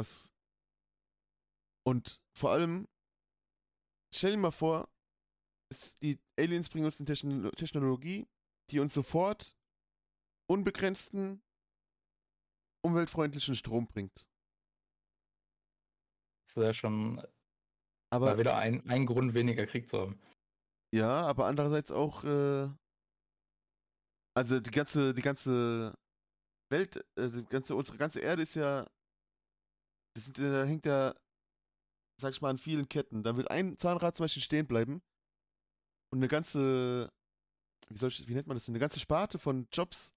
Speaker 2: Und vor allem, stell dir mal vor, die Aliens bringen uns eine Technologie, die uns sofort unbegrenzten, umweltfreundlichen Strom bringt.
Speaker 3: das wäre schon
Speaker 2: Aber
Speaker 3: mal wieder ein Grund weniger Krieg zu haben.
Speaker 2: ja, aber andererseits auch, also die ganze Welt, unsere ganze Erde ist ja, da hängt ja, sag ich mal, an vielen Ketten. Da wird ein Zahnrad zum Beispiel stehen bleiben und eine ganze, wie nennt man das denn, eine ganze Sparte von Jobs,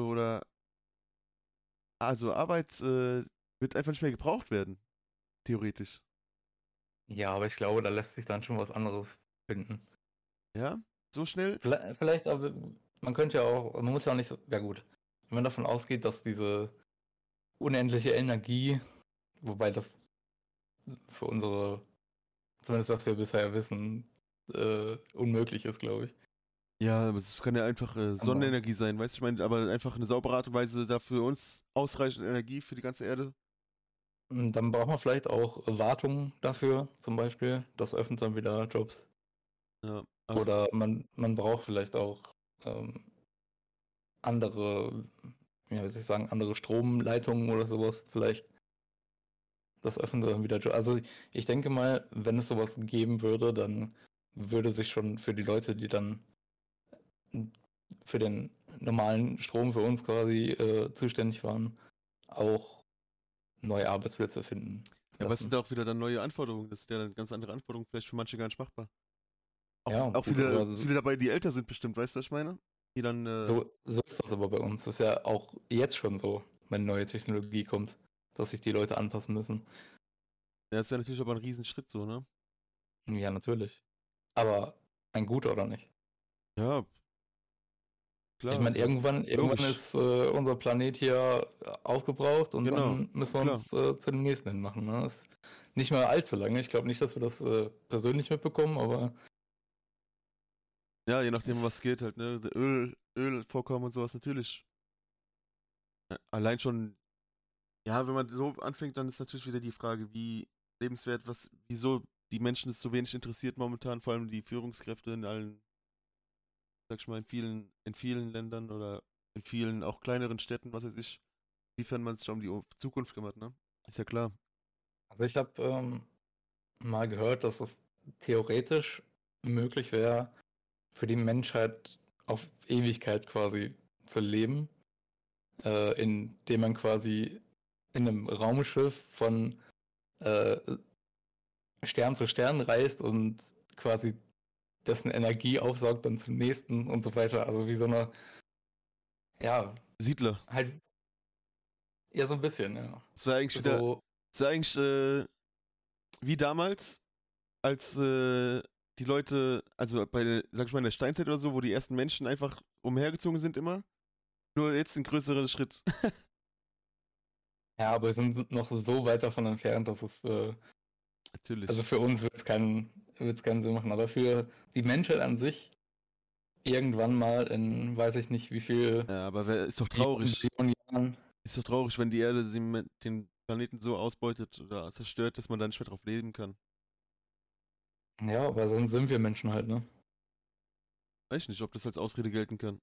Speaker 2: also Arbeit, wird einfach nicht mehr gebraucht werden, theoretisch.
Speaker 3: Ja, aber ich glaube, da lässt sich dann schon was anderes finden.
Speaker 2: Ja? So schnell?
Speaker 3: Vielleicht aber, man könnte ja auch, man muss ja auch nicht so, ja gut, wenn man davon ausgeht, dass diese unendliche Energie, wobei das für unsere, zumindest was wir bisher wissen, unmöglich ist, glaube ich.
Speaker 2: Ja, aber es kann ja einfach
Speaker 3: Aber
Speaker 2: Sonnenenergie sein, weißt du, ich meine, aber einfach eine saubere Art und Weise dafür uns ausreichend Energie für die ganze Erde.
Speaker 3: dann braucht man vielleicht auch Wartung dafür, zum Beispiel. Das öffnet dann wieder Jobs.
Speaker 2: Ja, ach,
Speaker 3: Oder man braucht vielleicht auch ähm, andere, ja, wie soll ich sagen, andere Stromleitungen oder sowas. Vielleicht das öffnet dann wieder Jobs. Also ich denke mal, wenn es sowas geben würde, dann würde sich schon für die Leute, die dann für den normalen Strom für uns quasi zuständig waren, auch neue Arbeitsplätze finden
Speaker 2: ja, was sind
Speaker 3: lassen.
Speaker 2: da auch wieder dann neue Anforderungen? Das sind ja dann ganz andere Anforderungen, vielleicht für manche gar nicht machbar.
Speaker 3: Ja,
Speaker 2: Auch
Speaker 3: gut, aber
Speaker 2: viele dabei, die älter sind bestimmt, weißt du, was ich meine? Die dann,
Speaker 3: so ist das aber bei uns. Das ist ja auch jetzt schon so, wenn neue Technologie kommt, dass sich die Leute anpassen müssen.
Speaker 2: ja, das wäre natürlich aber ein Riesenschritt so, ne?
Speaker 3: Ja, natürlich. Aber ein guter oder nicht?
Speaker 2: Ja,
Speaker 3: Ich
Speaker 2: klar,
Speaker 3: meine,
Speaker 2: also
Speaker 3: irgendwann
Speaker 2: logisch.
Speaker 3: ist unser Planet hier aufgebraucht und
Speaker 2: Genau,
Speaker 3: dann müssen wir
Speaker 2: klar.
Speaker 3: uns zu dem nächsten hinmachen. Ne? Ist nicht mehr allzu lange. Ich glaube nicht, dass wir das persönlich mitbekommen, aber
Speaker 2: Ja, je nachdem, was
Speaker 3: es,
Speaker 2: geht halt, ne? Ölvorkommen und sowas natürlich. Ja, allein schon Ja, wenn man so anfängt, dann ist natürlich wieder die Frage, wie lebenswert, wieso die Menschen es so wenig interessiert momentan, vor allem die Führungskräfte in allen, sag ich mal, in vielen Ländern oder in vielen auch kleineren Städten, was weiß ich, inwiefern man sich um die Zukunft kümmert, ne? Ist ja klar.
Speaker 3: Also ich habe mal gehört, dass es theoretisch möglich wäre, für die Menschheit auf Ewigkeit quasi zu leben, indem man quasi in einem Raumschiff von äh, Stern zu Stern reist und quasi dessen Energie aufsaugt dann zum nächsten und so weiter. Also wie so eine, ja,
Speaker 2: Siedler.
Speaker 3: halt, ja, so ein bisschen, ja.
Speaker 2: Es war eigentlich wieder,
Speaker 3: So,
Speaker 2: es war eigentlich wie damals, als die Leute, also sag ich mal, in der Steinzeit oder so, wo die ersten Menschen einfach umhergezogen sind immer. Nur jetzt ein größerer Schritt.
Speaker 3: ja, aber wir sind noch so weit davon entfernt, dass es, also
Speaker 2: Natürlich.
Speaker 3: für uns wird's keinen Sinn machen, aber für die Menschheit an sich irgendwann mal in, weiß ich nicht, wie viel
Speaker 2: Ja, aber ist doch
Speaker 3: Millionen,
Speaker 2: traurig.
Speaker 3: Millionen Jahren.
Speaker 2: Ist doch traurig, wenn die Erde den Planeten so ausbeutet oder zerstört, dass man da nicht mehr drauf leben kann.
Speaker 3: Ja, aber sonst sind wir Menschen halt, ne?
Speaker 2: Weiß ich nicht, ob das als Ausrede gelten kann.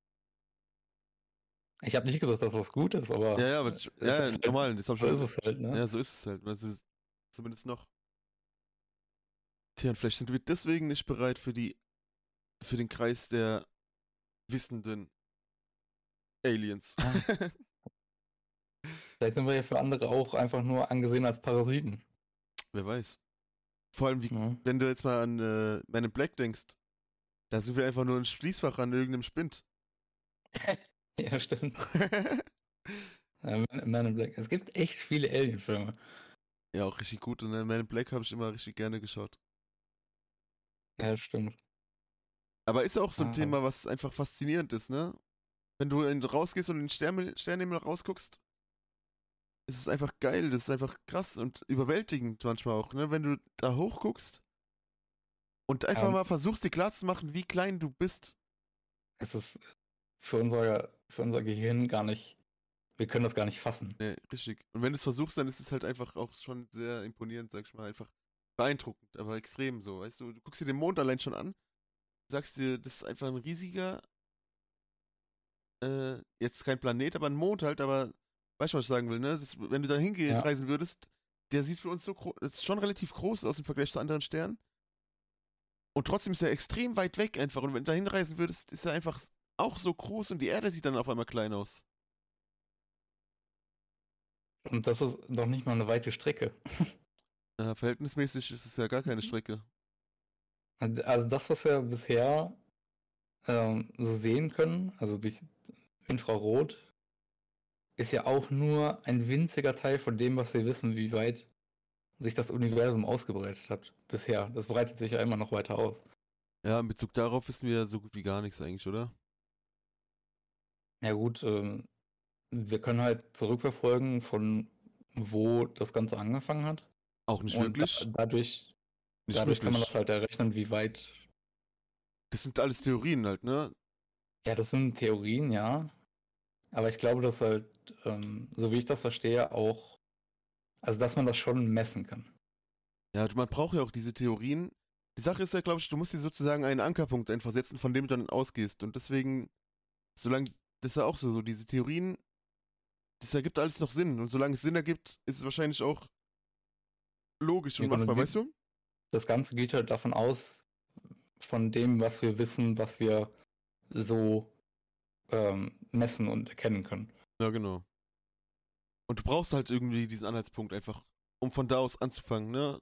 Speaker 3: Ich habe nicht gesagt, dass das gut ist,
Speaker 2: Ja,
Speaker 3: aber
Speaker 2: ja, aber
Speaker 3: es
Speaker 2: ja, ja,
Speaker 3: ist halt,
Speaker 2: normal, das hab ich
Speaker 3: so ist
Speaker 2: schon.
Speaker 3: es halt, ne?
Speaker 2: Ja, so ist es halt. Also, zumindest noch. Tja, und vielleicht sind wir deswegen nicht bereit für den Kreis der wissenden Aliens.
Speaker 3: Ja. Vielleicht sind wir ja für andere auch einfach nur angesehen als Parasiten.
Speaker 2: Wer weiß. Vor allem,
Speaker 3: Ne?
Speaker 2: wenn du jetzt mal an Men in Black denkst, da sind wir einfach nur ein Schließfach an irgendeinem Spind.
Speaker 3: Ja, stimmt. Ja, Man in Black. Es gibt echt viele Alien-Filme.
Speaker 2: Ja, auch richtig gut. Und Men in Black habe ich immer richtig gerne geschaut.
Speaker 3: Ja, stimmt.
Speaker 2: Aber ist auch so ein
Speaker 3: Ah,
Speaker 2: Thema, was einfach faszinierend ist, ne? Wenn du rausgehst und in den Sternenhimmel rausguckst, ist es einfach geil. Das ist einfach krass und überwältigend manchmal auch, ne? Wenn du da hochguckst und
Speaker 3: ja,
Speaker 2: einfach
Speaker 3: und
Speaker 2: mal versuchst, dir klarzumachen, wie klein du bist.
Speaker 3: es ist für unser Gehirn gar nicht, wir können das gar nicht fassen.
Speaker 2: Ne, richtig. Und wenn du es versuchst, dann ist es halt einfach auch schon sehr imponierend, sag ich mal. Einfach beeindruckend, aber extrem so, weißt du? Du guckst dir den Mond allein schon an, sagst dir, das ist einfach ein riesiger, jetzt kein Planet, aber ein Mond halt, aber weißt du, was ich sagen will, ne? Wenn du da
Speaker 3: Ja,
Speaker 2: hinreisen würdest, der sieht für uns so groß, ist schon relativ groß aus im Vergleich zu anderen Sternen. Und trotzdem ist er extrem weit weg einfach. Und wenn du da hinreisen würdest, ist er einfach auch so groß und die Erde sieht dann auf einmal klein aus.
Speaker 3: und das ist doch nicht mal eine weite Strecke.
Speaker 2: Verhältnismäßig ist es ja gar keine Strecke.
Speaker 3: Also das, was wir bisher so sehen können, also durch Infrarot, ist ja auch nur ein winziger Teil von dem, was wir wissen, wie weit sich das Universum ausgebreitet hat bisher. Das breitet sich ja immer noch weiter aus.
Speaker 2: Ja, in Bezug darauf wissen wir so gut wie gar nichts eigentlich, oder?
Speaker 3: Ja gut, wir können halt zurückverfolgen, von wo das Ganze angefangen hat.
Speaker 2: Auch nicht
Speaker 3: Und
Speaker 2: wirklich.
Speaker 3: dadurch,
Speaker 2: Nicht
Speaker 3: dadurch kann man das
Speaker 2: wirklich.
Speaker 3: halt errechnen, wie weit.
Speaker 2: Das sind alles Theorien halt, ne?
Speaker 3: Ja, das sind Theorien, ja. Aber ich glaube, dass halt, so wie ich das verstehe, auch, also dass man das schon messen kann.
Speaker 2: Ja, man braucht ja auch diese Theorien. Die Sache ist ja, glaube ich, du musst dir sozusagen einen Ankerpunkt einfach setzen, von dem du dann ausgehst. Und deswegen, solange, das ist ja auch so, diese Theorien, das ergibt alles noch Sinn. Und solange es Sinn ergibt, ist es wahrscheinlich auch logisch
Speaker 3: Ja,
Speaker 2: und
Speaker 3: und
Speaker 2: machbar, weißt du?
Speaker 3: das Ganze geht halt davon aus, von dem, was wir wissen, was wir so messen und erkennen können.
Speaker 2: Ja, genau. Und du brauchst halt irgendwie diesen Anhaltspunkt einfach, um von da aus anzufangen, ne?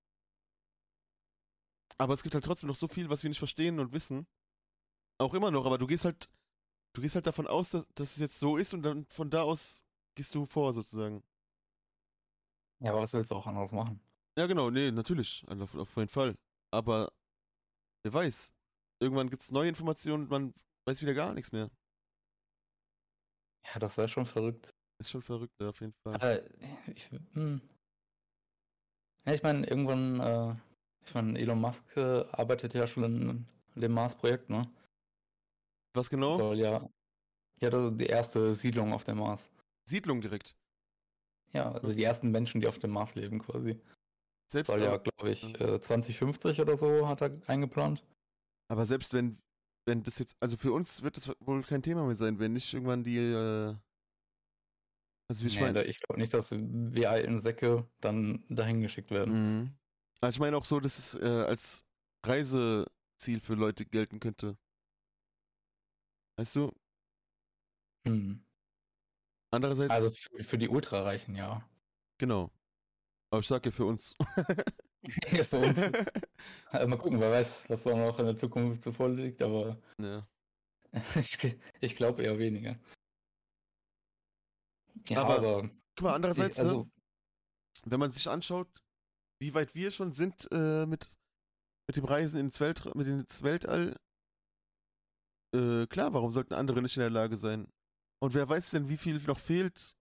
Speaker 2: Aber es gibt halt trotzdem noch so viel, was wir nicht verstehen und wissen. Auch immer noch, aber du gehst halt davon aus, dass es jetzt so ist und dann von da aus gehst du vor, sozusagen.
Speaker 3: Ja, aber was willst du auch anderes machen?
Speaker 2: Ja, genau, nee, natürlich, also auf jeden Fall. Aber wer weiß, irgendwann gibt es neue Informationen und man weiß wieder gar nichts mehr.
Speaker 3: Ja, das wäre schon verrückt.
Speaker 2: Ist schon verrückt, ja, auf jeden Fall.
Speaker 3: Äh, ich, hm. Ja, ich meine, Elon Musk arbeitet ja schon in dem Mars-Projekt, ne?
Speaker 2: Was genau?
Speaker 3: Soll ja, ja, das ist die erste Siedlung auf dem Mars.
Speaker 2: Siedlung direkt.
Speaker 3: Ja, also
Speaker 2: Was?
Speaker 3: die ersten Menschen, die auf dem Mars leben quasi.
Speaker 2: Selbst
Speaker 3: Soll ja,
Speaker 2: aber,
Speaker 3: glaube ich, 2050 oder so hat er eingeplant.
Speaker 2: aber selbst wenn das jetzt, also für uns wird das wohl kein Thema mehr sein, wenn nicht irgendwann die, also ich
Speaker 3: Nee,
Speaker 2: meine,
Speaker 3: ich glaube nicht, dass wir alten Säcke dann dahin geschickt werden.
Speaker 2: also ich meine auch so, dass es als Reiseziel für Leute gelten könnte. Weißt du?
Speaker 3: Hm. Also
Speaker 2: Andererseits,
Speaker 3: für die Ultrareichen, ja.
Speaker 2: genau. Aber ich sag ja für uns.
Speaker 3: Ja, für uns. Mal gucken, wer weiß, was da noch in der Zukunft so vorliegt, aber
Speaker 2: Ja.
Speaker 3: ich glaube eher weniger. Ja,
Speaker 2: Aber
Speaker 3: aber
Speaker 2: guck mal, andererseits, ne,
Speaker 3: also,
Speaker 2: wenn man sich anschaut, wie weit wir schon sind mit dem Reisen ins Weltall, klar, warum sollten andere nicht in der Lage sein? Und wer weiß denn, wie viel noch fehlt?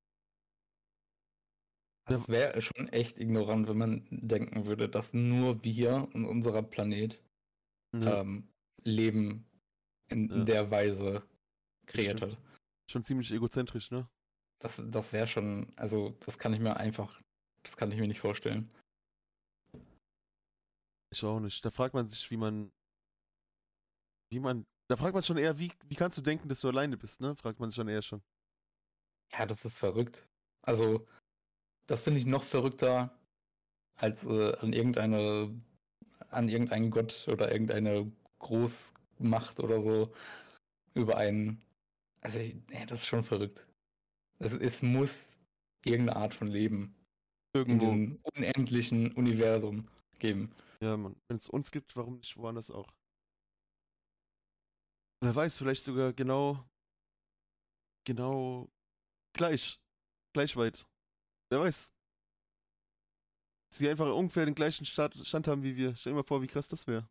Speaker 3: also es wäre schon echt ignorant, wenn man denken würde, dass nur wir und unser Planet
Speaker 2: Ja,
Speaker 3: ähm, Leben in
Speaker 2: ja,
Speaker 3: der Weise
Speaker 2: das
Speaker 3: kreiert
Speaker 2: stimmt.
Speaker 3: hat.
Speaker 2: Schon ziemlich egozentrisch, ne?
Speaker 3: Das wäre schon, also das kann ich mir nicht vorstellen.
Speaker 2: Ich auch nicht. Da fragt man sich, da fragt man schon eher, wie kannst du denken, dass du alleine bist, ne? Fragt man sich schon eher schon.
Speaker 3: Ja, das ist verrückt. Also, das finde ich noch verrückter als an irgendeinen Gott oder irgendeine Großmacht oder so über einen. Also, nee, das ist schon verrückt. Es muss irgendeine Art von Leben in
Speaker 2: Irgendwo.
Speaker 3: diesem unendlichen Universum geben.
Speaker 2: Ja, Mann. Wenn es uns gibt, warum nicht woanders auch? Wer weiß, vielleicht sogar genau gleich weit. Wer weiß. Sie einfach ungefähr den gleichen Stand haben wie wir. Stell dir mal vor, wie krass das wäre.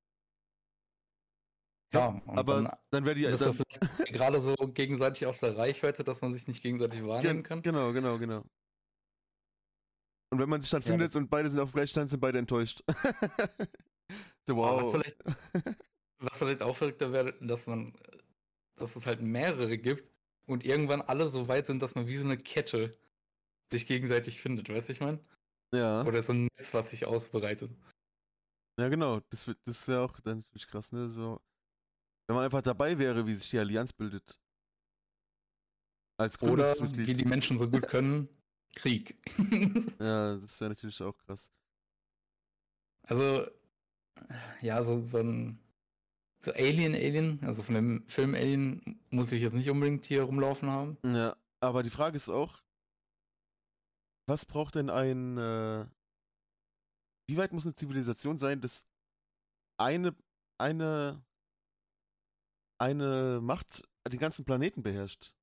Speaker 2: Ja,
Speaker 3: Ja, und
Speaker 2: aber
Speaker 3: dann
Speaker 2: dann wäre
Speaker 3: bist du vielleicht gerade so gegenseitig aus der Reichweite, dass man sich nicht gegenseitig wahrnehmen kann.
Speaker 2: genau. Und wenn man sich dann
Speaker 3: Ja,
Speaker 2: findet und beide sind auf dem gleichen Stand, sind beide enttäuscht. So,
Speaker 3: aber
Speaker 2: wow.
Speaker 3: was vielleicht auch verrückter wäre, dass es halt mehrere gibt und irgendwann alle so weit sind, dass man wie so eine Kette sich gegenseitig findet, weißt du, ich meine?
Speaker 2: Ja,
Speaker 3: Oder so ein Netz, was sich ausbreitet.
Speaker 2: ja genau. Das wäre auch dann natürlich krass, ne? So, wenn man einfach dabei wäre, wie sich die Allianz bildet. Als
Speaker 3: Oder wie
Speaker 2: Gründungsmitglied.
Speaker 3: die Menschen so gut können, Krieg.
Speaker 2: Ja, das wäre natürlich auch krass.
Speaker 3: Also, ja, so Alien, also von dem Film Alien muss ich jetzt nicht unbedingt hier rumlaufen haben.
Speaker 2: Ja, aber die Frage ist auch, was braucht denn wie weit muss eine Zivilisation sein, dass eine, eine, eine Macht den ganzen Planeten beherrscht?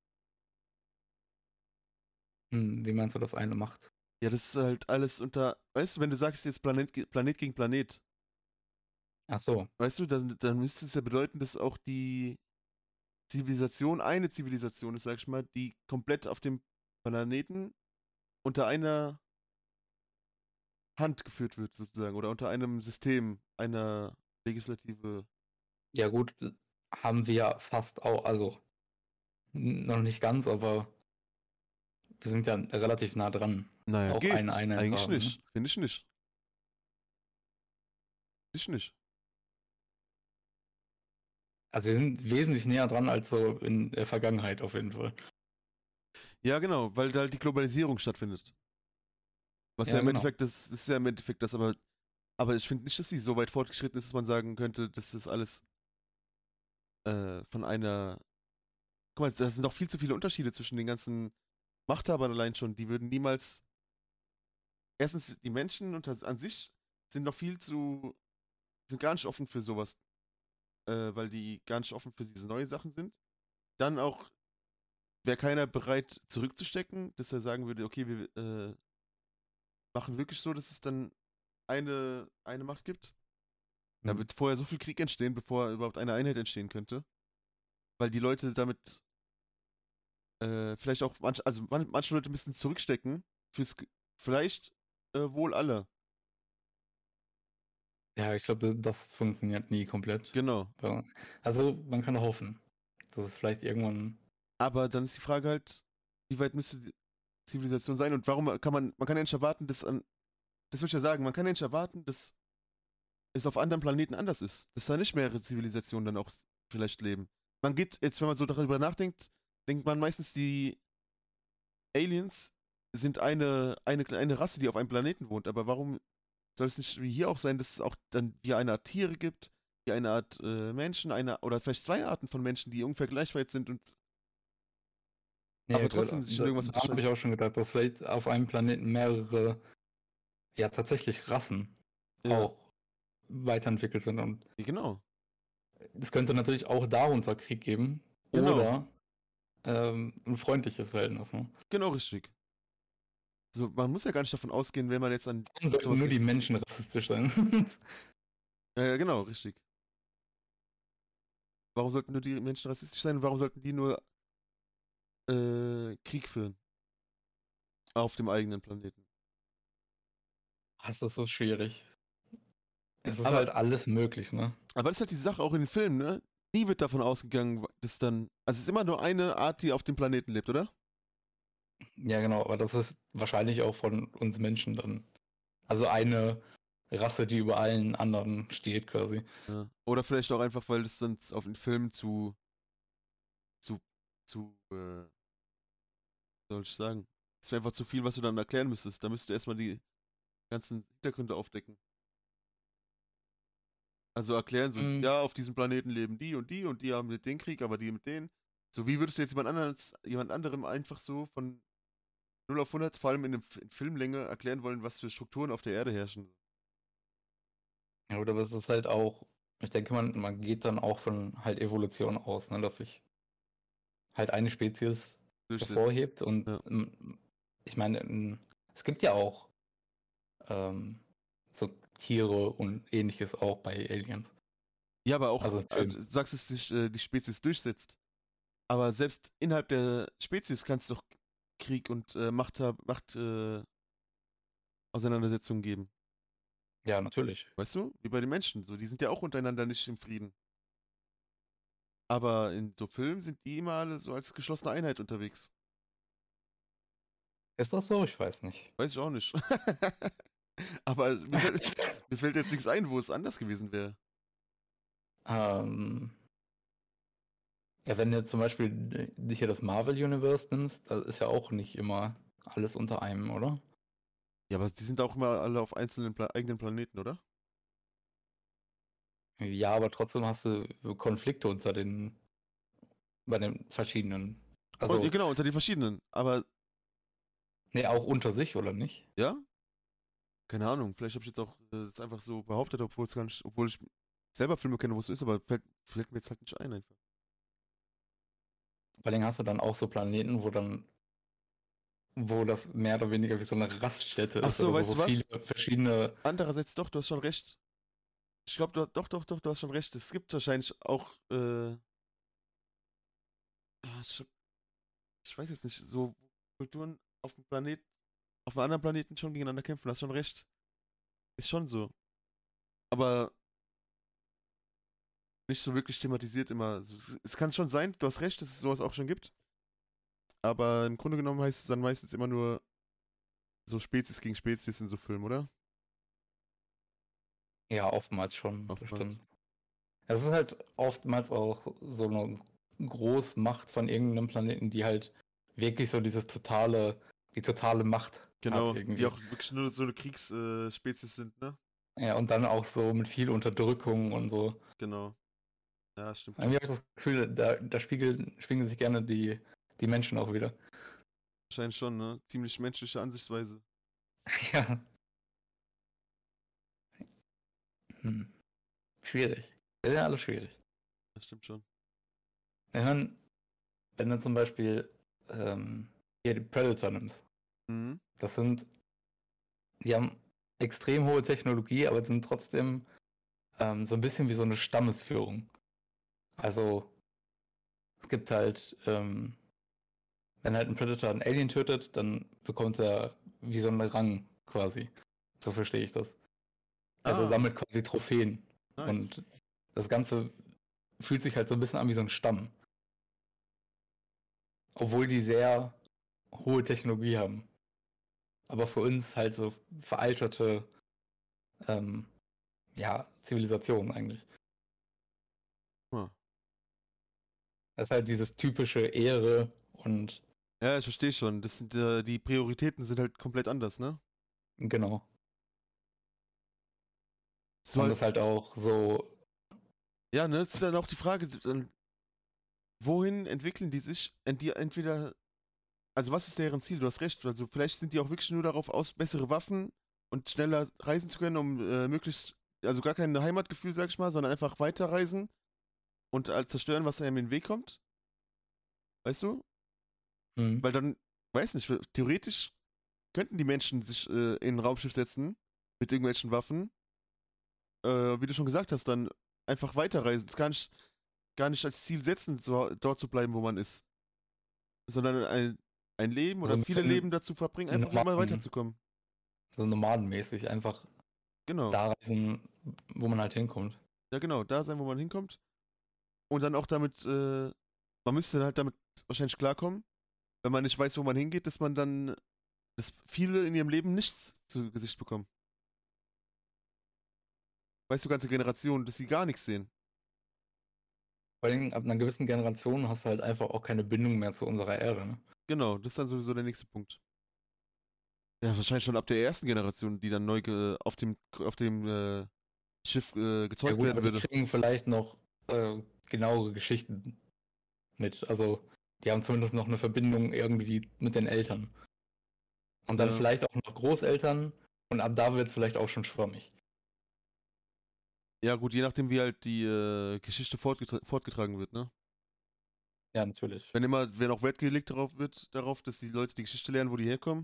Speaker 3: Wie meinst du das eine macht?
Speaker 2: Ja, das ist halt alles weißt du, wenn du sagst jetzt Planet gegen Planet,
Speaker 3: Ach so.
Speaker 2: weißt du, dann müsste es ja bedeuten, dass auch die Zivilisation eine Zivilisation ist, sag ich mal, die komplett auf dem Planeten unter einer Hand geführt wird, sozusagen, oder unter einem System, einer Legislative.
Speaker 3: Ja gut, haben wir fast auch, also noch nicht ganz, aber wir sind ja relativ nah dran,
Speaker 2: Naja,
Speaker 3: auch eine
Speaker 2: geht.
Speaker 3: Einheit zu
Speaker 2: Eigentlich
Speaker 3: haben. Ne?
Speaker 2: nicht. Finde ich nicht. Ich nicht.
Speaker 3: Also wir sind wesentlich näher dran als so in der Vergangenheit auf jeden Fall.
Speaker 2: Ja, genau, weil da halt die Globalisierung stattfindet. Was ja
Speaker 3: Ja,
Speaker 2: im
Speaker 3: genau.
Speaker 2: Endeffekt, das ist ja im Endeffekt das, aber ich finde nicht, dass sie so weit fortgeschritten ist, dass man sagen könnte, dass das alles von einer. Guck mal, da sind doch viel zu viele Unterschiede zwischen den ganzen Machthabern allein schon. Die würden niemals. Erstens, die Menschen an sich sind noch sind gar nicht offen für sowas, weil die gar nicht offen für diese neuen Sachen sind. Dann auch wäre keiner bereit zurückzustecken, dass er sagen würde, okay, wir machen wirklich so, dass es dann eine Macht gibt. Da
Speaker 3: Hm.
Speaker 2: wird vorher so viel Krieg entstehen, bevor überhaupt eine Einheit entstehen könnte. Weil die Leute damit vielleicht auch, manche Leute müssen zurückstecken, vielleicht wohl alle.
Speaker 3: Ja, ich glaube, das funktioniert nie komplett.
Speaker 2: Genau.
Speaker 3: Ja. Also man kann hoffen, dass es vielleicht irgendwann.
Speaker 2: Aber dann ist die Frage halt, wie weit müsste Zivilisation sein und warum man kann ja nicht erwarten, das würde ich ja sagen, man kann ja nicht erwarten, dass es auf anderen Planeten anders ist, dass da nicht mehrere Zivilisationen dann auch vielleicht leben. Man geht, jetzt wenn man so darüber nachdenkt, denkt man meistens, die Aliens sind eine Rasse, die auf einem Planeten wohnt, aber warum soll es nicht wie hier auch sein, dass es auch dann wie eine Art Tiere gibt, wie eine Art Menschen, oder vielleicht zwei Arten von Menschen, die ungefähr gleich weit sind und
Speaker 3: Ja,
Speaker 2: aber
Speaker 3: gut,
Speaker 2: trotzdem sich in
Speaker 3: da,
Speaker 2: irgendwas
Speaker 3: da habe
Speaker 2: unterscheiden.
Speaker 3: ich auch schon gedacht, dass vielleicht auf einem Planeten mehrere, ja tatsächlich Rassen
Speaker 2: Ja,
Speaker 3: auch weiterentwickelt sind. Und
Speaker 2: ja, genau.
Speaker 3: es könnte natürlich auch darunter Krieg geben
Speaker 2: Genau.
Speaker 3: oder ein freundliches Verhältnis. Ne?
Speaker 2: Genau richtig. So, man muss ja gar nicht davon ausgehen, wenn man jetzt an
Speaker 3: Dann sollten
Speaker 2: sowas
Speaker 3: nur die
Speaker 2: denkt.
Speaker 3: Menschen rassistisch sein.
Speaker 2: Ja, ja, genau, richtig. Warum sollten nur die Menschen rassistisch sein? Warum sollten die nur Krieg führen auf dem eigenen Planeten?
Speaker 3: Das ist so schwierig. Es ist
Speaker 2: Aber,
Speaker 3: halt alles möglich, ne?
Speaker 2: aber das ist halt die Sache auch in den Filmen, ne? Nie wird davon ausgegangen, dass dann. Also es ist immer nur eine Art, die auf dem Planeten lebt, oder?
Speaker 3: Ja, genau, aber das ist wahrscheinlich auch von uns Menschen dann. Also eine Rasse, die über allen anderen steht, quasi.
Speaker 2: Ja. Oder vielleicht auch einfach, weil das dann auf den Filmen zu, zu, soll ich sagen, es wäre einfach zu viel, was du dann erklären müsstest. Da müsstest du erstmal die ganzen Hintergründe aufdecken. Also erklären so,
Speaker 3: Mm,
Speaker 2: ja, auf diesem Planeten leben die und die haben mit den Krieg, aber die mit denen. So, wie würdest du jetzt jemand anderem einfach so von 0 auf 100, vor allem in Filmlänge, erklären wollen, was für Strukturen auf der Erde herrschen?
Speaker 3: Ja, oder aber es ist halt auch, ich denke, man geht dann auch von halt Evolution aus, ne, dass sich halt eine Spezies
Speaker 2: Durchsetzt.
Speaker 3: hervorhebt und
Speaker 2: Ja.
Speaker 3: ich meine, es gibt ja auch ähm, so Tiere und ähnliches auch bei Aliens.
Speaker 2: Ja, aber auch,
Speaker 3: Also im Film.
Speaker 2: du sagst, dass sich die Spezies durchsetzt. Aber selbst innerhalb der Spezies kann es doch Krieg und Auseinandersetzungen geben.
Speaker 3: Ja, natürlich.
Speaker 2: Weißt du? Wie bei den Menschen. So, die sind ja auch untereinander nicht im Frieden. Aber in so Filmen sind die immer alle so als geschlossene Einheit unterwegs.
Speaker 3: Ist das so? Ich weiß nicht.
Speaker 2: Weiß ich auch nicht. Aber mir fällt jetzt nichts ein, wo es anders gewesen wäre.
Speaker 3: ähm, ja, wenn du zum Beispiel dich hier das Marvel Universe nimmst, da ist ja auch nicht immer alles unter einem, oder?
Speaker 2: Ja, aber die sind auch immer alle auf einzelnen eigenen Planeten, oder?
Speaker 3: Ja, aber trotzdem hast du Konflikte bei den verschiedenen.
Speaker 2: Und, ja,
Speaker 3: Also,
Speaker 2: genau, unter den verschiedenen. Aber,
Speaker 3: nee, auch unter sich, oder nicht?
Speaker 2: ja? Keine Ahnung. Vielleicht habe ich jetzt auch das einfach so behauptet, obwohl es gar nicht, obwohl ich selber Filme kenne, wo es so ist, aber fällt mir jetzt halt nicht ein einfach.
Speaker 3: Vor allem hast du dann auch so Planeten, wo das mehr oder weniger wie so eine Raststätte
Speaker 2: Ach
Speaker 3: ist
Speaker 2: so,
Speaker 3: oder so,
Speaker 2: weißt
Speaker 3: wo
Speaker 2: du
Speaker 3: viele
Speaker 2: was?
Speaker 3: verschiedene.
Speaker 2: Andererseits doch, du hast schon recht. Ich glaube, doch, du hast schon recht. Es gibt wahrscheinlich auch, ich, ich weiß jetzt nicht, so Kulturen auf einem anderen Planeten schon gegeneinander kämpfen. Du hast schon recht. Ist schon so. Aber nicht so wirklich thematisiert immer. Also, es kann schon sein, du hast recht, dass es sowas auch schon gibt. Aber im Grunde genommen heißt es dann meistens immer nur so Spezies gegen Spezies in so Filmen, oder?
Speaker 3: Ja, oftmals schon, das
Speaker 2: Oftmals.
Speaker 3: stimmt. Es ist halt oftmals auch so eine Großmacht von irgendeinem Planeten, die halt wirklich so die totale Macht hat
Speaker 2: Genau, die
Speaker 3: irgendwie.
Speaker 2: auch wirklich nur so eine Kriegsspezies sind, ne?
Speaker 3: Ja, und dann auch so mit viel Unterdrückung und so.
Speaker 2: Genau. Ja, stimmt
Speaker 3: Irgendwie
Speaker 2: schon.
Speaker 3: habe ich das Gefühl, da spiegeln sich gerne die Menschen auch wieder.
Speaker 2: Wahrscheinlich schon, ne? Ziemlich menschliche Ansichtsweise.
Speaker 3: Ja. Hm. Schwierig. Ist ja alles schwierig.
Speaker 2: Das stimmt schon.
Speaker 3: Ich meine, wenn du zum Beispiel hier die Predator nimmst,
Speaker 2: Mhm.
Speaker 3: das die haben extrem hohe Technologie, aber sind trotzdem so ein bisschen wie so eine Stammesführung. Also es gibt halt, wenn halt ein Predator einen Alien tötet, dann bekommt er wie so einen Rang quasi. So verstehe ich das. Also er
Speaker 2: Ah,
Speaker 3: sammelt quasi Trophäen.
Speaker 2: nice.
Speaker 3: Und das Ganze fühlt sich halt so ein bisschen an wie so ein Stamm. Obwohl die sehr hohe Technologie haben. Aber für uns halt so veraltete Zivilisationen eigentlich.
Speaker 2: Hm.
Speaker 3: Das ist halt dieses typische Ehre und
Speaker 2: Ja, ich verstehe schon. Das sind, die Prioritäten sind halt komplett anders, ne?
Speaker 3: genau.
Speaker 2: So
Speaker 3: Und
Speaker 2: halt,
Speaker 3: das halt auch so,
Speaker 2: ja, ne, es ist dann auch die Frage, dann, wohin entwickeln die sich? Entweder, also was ist deren Ziel? Du hast recht. Also vielleicht sind die auch wirklich nur darauf aus, bessere Waffen und schneller reisen zu können, um möglichst, also gar kein Heimatgefühl, sag ich mal, sondern einfach weiterreisen und zerstören, was einem in den Weg kommt. Weißt du?
Speaker 3: hm,
Speaker 2: Weil dann, weiß nicht, theoretisch könnten die Menschen sich in ein Raumschiff setzen mit irgendwelchen Waffen, wie du schon gesagt hast, dann einfach weiterreisen. Das gar nicht als Ziel setzen, dort zu bleiben, wo man ist, sondern ein Leben
Speaker 3: so
Speaker 2: oder
Speaker 3: ein
Speaker 2: viele
Speaker 3: bisschen
Speaker 2: Leben dazu verbringen, einfach immer
Speaker 3: Nomaden,
Speaker 2: weiterzukommen.
Speaker 3: so nomadenmäßig einfach
Speaker 2: Genau.
Speaker 3: da reisen, wo man halt hinkommt.
Speaker 2: Ja, genau. Da sein, wo man hinkommt. Und dann auch damit, man müsste dann halt damit wahrscheinlich klarkommen, wenn man nicht weiß, wo man hingeht, dass viele in ihrem Leben nichts zu Gesicht bekommen. Weißt du, ganze Generationen, dass sie gar nichts sehen.
Speaker 3: Vor allem ab einer gewissen Generation hast du halt einfach auch keine Bindung mehr zu unserer Erde. Ne?
Speaker 2: Genau, das ist dann sowieso der nächste Punkt. Ja, wahrscheinlich schon ab der ersten Generation, die dann neu auf dem Schiff
Speaker 3: Ja
Speaker 2: gezeugt
Speaker 3: gut,
Speaker 2: werden
Speaker 3: aber die
Speaker 2: würde.
Speaker 3: kriegen vielleicht noch genauere Geschichten mit. Also die haben zumindest noch eine Verbindung irgendwie mit den Eltern. Und dann
Speaker 2: Ja.
Speaker 3: vielleicht auch noch Großeltern und ab da wird es vielleicht auch schon schwammig.
Speaker 2: Ja, gut, je nachdem, wie halt die Geschichte fortgetragen wird, ne?
Speaker 3: Ja, natürlich.
Speaker 2: Wenn auch Wert gelegt darauf wird, darauf, dass die Leute die Geschichte lernen, wo die herkommen.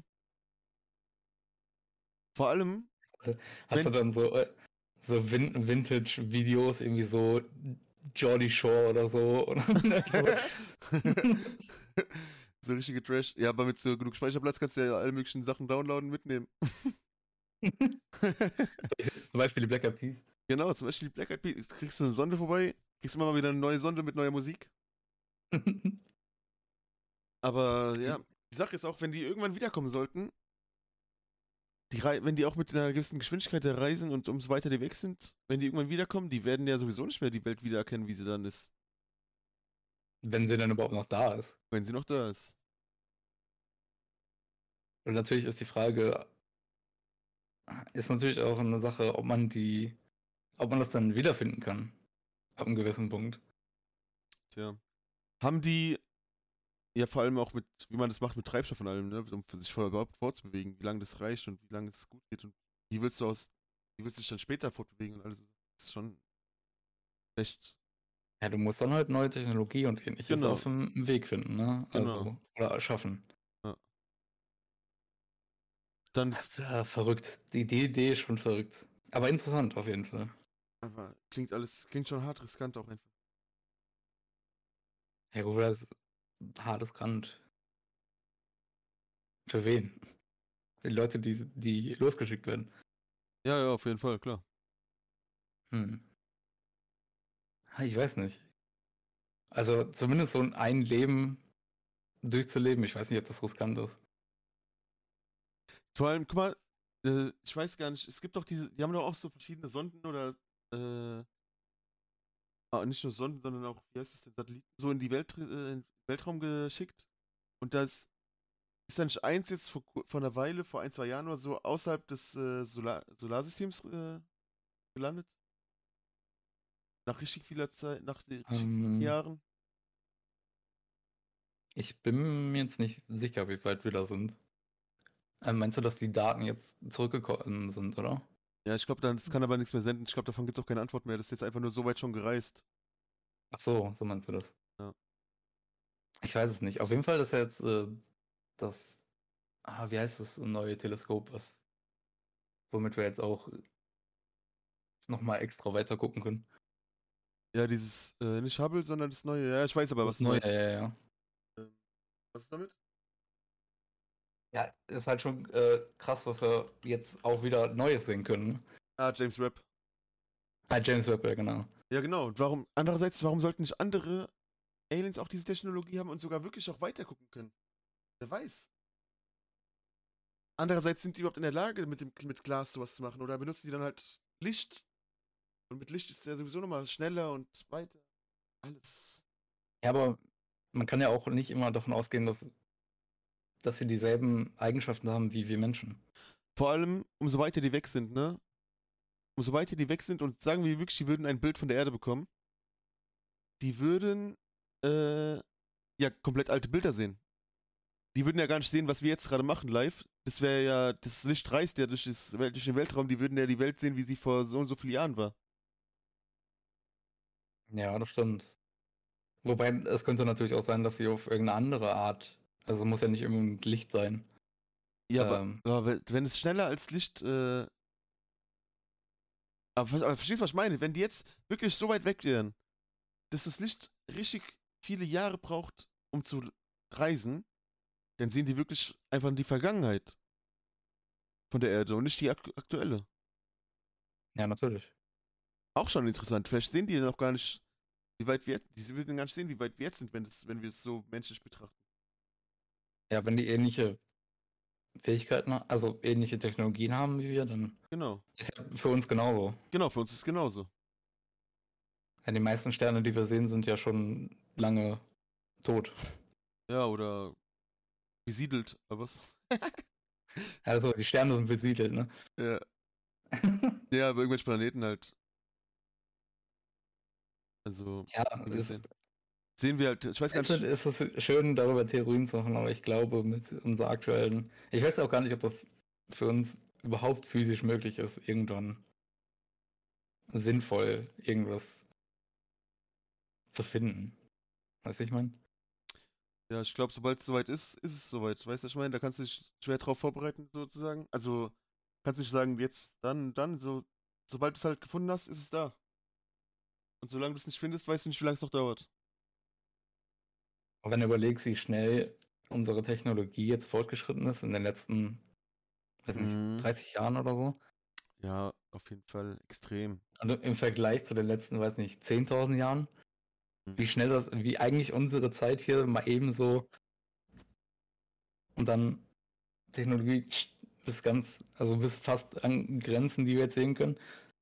Speaker 2: Vor allem,
Speaker 3: Hast du
Speaker 2: wenn.
Speaker 3: dann so Vintage-Videos, irgendwie so Geordie Shore oder so? So.
Speaker 2: So richtige Trash. Ja, aber mit so genug Speicherplatz kannst du ja alle möglichen Sachen downloaden und mitnehmen.
Speaker 3: Zum Beispiel die Black Eyed Peas.
Speaker 2: Genau, zum Beispiel die Black Eyed Peas. Kriegst du eine Sonde vorbei, kriegst immer mal wieder eine neue Sonde mit neuer Musik. Aber ja, die Sache ist auch, wenn die irgendwann wiederkommen sollten, wenn die auch mit einer gewissen Geschwindigkeit da reisen und umso weiter die weg sind, wenn die irgendwann wiederkommen, die werden ja sowieso nicht mehr die Welt wiedererkennen, wie sie dann ist,
Speaker 3: Wenn sie dann überhaupt noch da ist.
Speaker 2: wenn sie noch da ist.
Speaker 3: Und natürlich ist die Frage, ist natürlich auch eine Sache, ob man das dann wiederfinden kann. Ab einem gewissen Punkt.
Speaker 2: Tja. Haben die ja vor allem auch mit, wie man das macht mit Treibstoff und allem, ne, um sich überhaupt fortzubewegen, wie lange das reicht und wie lange es gut geht und wie willst du dich dann später fortbewegen und alles. Das ist schon echt.
Speaker 3: Ja, du musst dann halt neue Technologie und ähnliches
Speaker 2: Genau,
Speaker 3: auf dem Weg finden, ne?
Speaker 2: genau.
Speaker 3: Also, oder erschaffen.
Speaker 2: Ja. Dann
Speaker 3: Das
Speaker 2: ist,
Speaker 3: ist ja verrückt. Die Idee ist schon verrückt. Aber interessant auf jeden Fall.
Speaker 2: aber klingt schon hart riskant auch einfach.
Speaker 3: Ja gut, das ist hartes Kant. Für wen? Für die Leute, die losgeschickt werden.
Speaker 2: Ja, ja, auf jeden Fall, klar.
Speaker 3: Hm. Ich weiß nicht. Also zumindest so ein Leben durchzuleben, ich weiß nicht, ob das riskant ist.
Speaker 2: Vor allem, guck mal, ich weiß gar nicht, es gibt doch die haben doch auch so verschiedene Sonden oder äh, nicht nur Sonden, sondern auch, wie heißt es denn, Satelliten, so in den Weltraum geschickt. Und das ist dann nicht eins jetzt vor einer Weile, vor ein, 2 Jahren oder so, außerhalb des Solarsystems gelandet. Nach richtig vieler Zeit, nach richtig vielen
Speaker 3: Ähm,
Speaker 2: Jahren.
Speaker 3: Ich bin mir jetzt nicht sicher, wie weit wir da sind. Meinst du, dass die Daten jetzt zurückgekommen sind, oder?
Speaker 2: Ja, ich glaube, das kann aber nichts mehr senden. Ich glaube, davon gibt es auch keine Antwort mehr. Das ist jetzt einfach nur so weit schon gereist.
Speaker 3: Ach so, so meinst du das.
Speaker 2: Ja.
Speaker 3: Ich weiß es nicht. Auf jeden Fall ist ja jetzt das, wie heißt das neue Teleskop, womit wir jetzt auch nochmal extra weiter gucken können.
Speaker 2: Ja, dieses, nicht Hubble, sondern das neue. Ja, ich weiß aber, was
Speaker 3: Das
Speaker 2: du
Speaker 3: neue,
Speaker 2: meinst.
Speaker 3: ja.
Speaker 2: Ähm, Was ist damit?
Speaker 3: Ja, ist halt schon krass, dass wir jetzt auch wieder Neues sehen können. Ne?
Speaker 2: Ah, James Webb.
Speaker 3: James Webb, ja, genau.
Speaker 2: Ja, genau. Und warum sollten nicht andere Aliens auch diese Technologie haben und sogar wirklich auch weitergucken können? Wer weiß. andererseits sind die überhaupt in der Lage, mit Glas sowas zu machen? Oder benutzen die dann halt Licht? Und mit Licht ist es ja sowieso nochmal schneller und weiter. Alles.
Speaker 3: Ja, aber man kann ja auch nicht immer davon ausgehen, dass sie dieselben Eigenschaften haben wie wir Menschen.
Speaker 2: Vor allem, umso weiter die weg sind, ne? Umso weiter die weg sind und sagen wir wirklich, die würden ein Bild von der Erde bekommen, die würden ja komplett alte Bilder sehen. Die würden ja gar nicht sehen, was wir jetzt gerade machen live. Das wäre ja, das Licht reist ja durch den Weltraum, die würden ja die Welt sehen, wie sie vor so und so vielen Jahren war.
Speaker 3: Ja, das stimmt. Wobei, es könnte natürlich auch sein, dass sie auf irgendeine andere Art, also muss ja nicht irgendwie Licht sein.
Speaker 2: Ja,
Speaker 3: Ähm,
Speaker 2: aber wenn es schneller als Licht, aber verstehst du, was ich meine? Wenn die jetzt wirklich so weit weg wären, dass das Licht richtig viele Jahre braucht, um zu reisen, dann sehen die wirklich einfach die Vergangenheit von der Erde und nicht die aktuelle.
Speaker 3: ja, natürlich.
Speaker 2: Auch schon interessant. Vielleicht sehen die noch gar nicht, wie weit wir, die würden gar nicht sehen, wie weit wir jetzt sind, wenn wir es so menschlich betrachten.
Speaker 3: Ja, wenn die ähnliche Fähigkeiten, also ähnliche Technologien haben wie wir, dann
Speaker 2: Genau.
Speaker 3: ist ja für uns genauso.
Speaker 2: Genau, für uns ist es genauso.
Speaker 3: Ja, die meisten Sterne, die wir sehen, sind ja schon lange tot.
Speaker 2: Ja, oder besiedelt, aber was?
Speaker 3: Also die Sterne sind besiedelt, ne?
Speaker 2: Ja. Ja, aber irgendwelche Planeten halt. Also,
Speaker 3: Ja,
Speaker 2: wie wir es sehen. Sehen wir halt, ich weiß gar nicht.
Speaker 3: ist es schön, darüber Theorien zu machen, aber ich glaube, mit unserer aktuellen. Ich weiß auch gar nicht, ob das für uns überhaupt physisch möglich ist, irgendwann sinnvoll irgendwas zu finden. Weißt du, ich meine?
Speaker 2: Ja, ich glaube, sobald es soweit ist, ist es soweit. Weißt du, was ich meine? Da kannst du dich schwer drauf vorbereiten, sozusagen. Also, kannst nicht sagen, jetzt, dann, so, sobald du es halt gefunden hast, ist es da. Und solange du es nicht findest, weißt du nicht, wie lange es noch dauert.
Speaker 3: Aber wenn du überlegst, wie schnell unsere Technologie jetzt fortgeschritten ist in den letzten, weiß nicht,
Speaker 2: Mhm.
Speaker 3: 30 Jahren oder so.
Speaker 2: Ja, auf jeden Fall extrem.
Speaker 3: Und im Vergleich zu den letzten, weiß nicht, 10.000 Jahren, wie
Speaker 2: Mhm.
Speaker 3: schnell wie eigentlich unsere Zeit hier mal ebenso und dann Technologie bis also bis fast an Grenzen, die wir jetzt sehen können.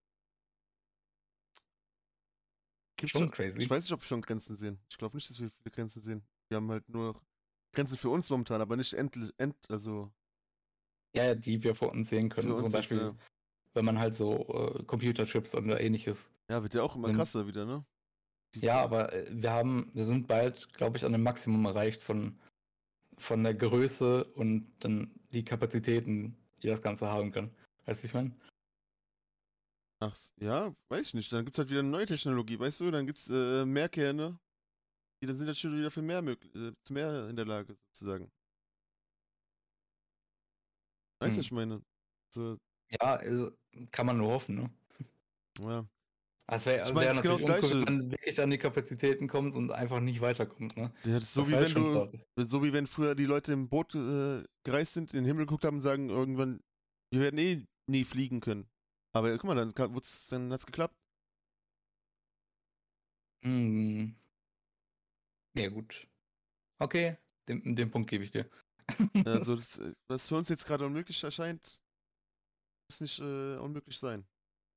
Speaker 2: Gibt's schon,
Speaker 3: Schon
Speaker 2: ich
Speaker 3: crazy.
Speaker 2: weiß nicht, ob wir schon Grenzen sehen. Ich glaube nicht, dass wir viele Grenzen sehen. Wir haben halt nur Grenzen für uns momentan, aber nicht also
Speaker 3: Ja, ja, die wir vor uns sehen
Speaker 2: für
Speaker 3: können. Zum
Speaker 2: uns jetzt,
Speaker 3: Beispiel, wenn man halt so Computerchips oder ähnliches
Speaker 2: ja, wird ja auch immer
Speaker 3: nimmt.
Speaker 2: krasser wieder, ne? Die,
Speaker 3: Ja, aber wir sind bald, glaube ich, an dem Maximum erreicht von der Größe und dann die Kapazitäten, die das Ganze haben kann. Weißt du, ich meine?
Speaker 2: ach, ja, weiß ich nicht. Dann gibt's halt wieder eine neue Technologie, weißt du? Dann gibt's mehr Kerne, die dann sind halt schon wieder für mehr möglich, zu mehr in der Lage, sozusagen. Weißt du, was
Speaker 3: Hm.
Speaker 2: ich meine? So,
Speaker 3: Ja, also, kann man nur hoffen, ne?
Speaker 2: ja.
Speaker 3: Es
Speaker 2: Ich
Speaker 3: wäre
Speaker 2: meine, es ist genau
Speaker 3: natürlich
Speaker 2: das
Speaker 3: uncool, wenn
Speaker 2: Gleiche.
Speaker 3: man wirklich an die Kapazitäten kommt und einfach nicht weiterkommt, ne?
Speaker 2: Ja, das ist so
Speaker 3: Was
Speaker 2: wie
Speaker 3: halt
Speaker 2: wenn
Speaker 3: schon
Speaker 2: du,
Speaker 3: traurig ist.
Speaker 2: so wie wenn früher die Leute im Boot gereist sind, in den Himmel geguckt haben und sagen irgendwann, wir werden eh nie fliegen können. Aber guck mal, dann hat's geklappt.
Speaker 3: Hm, ja, gut. Okay, den Punkt gebe ich dir.
Speaker 2: Also, was für uns jetzt gerade unmöglich erscheint, muss nicht unmöglich sein.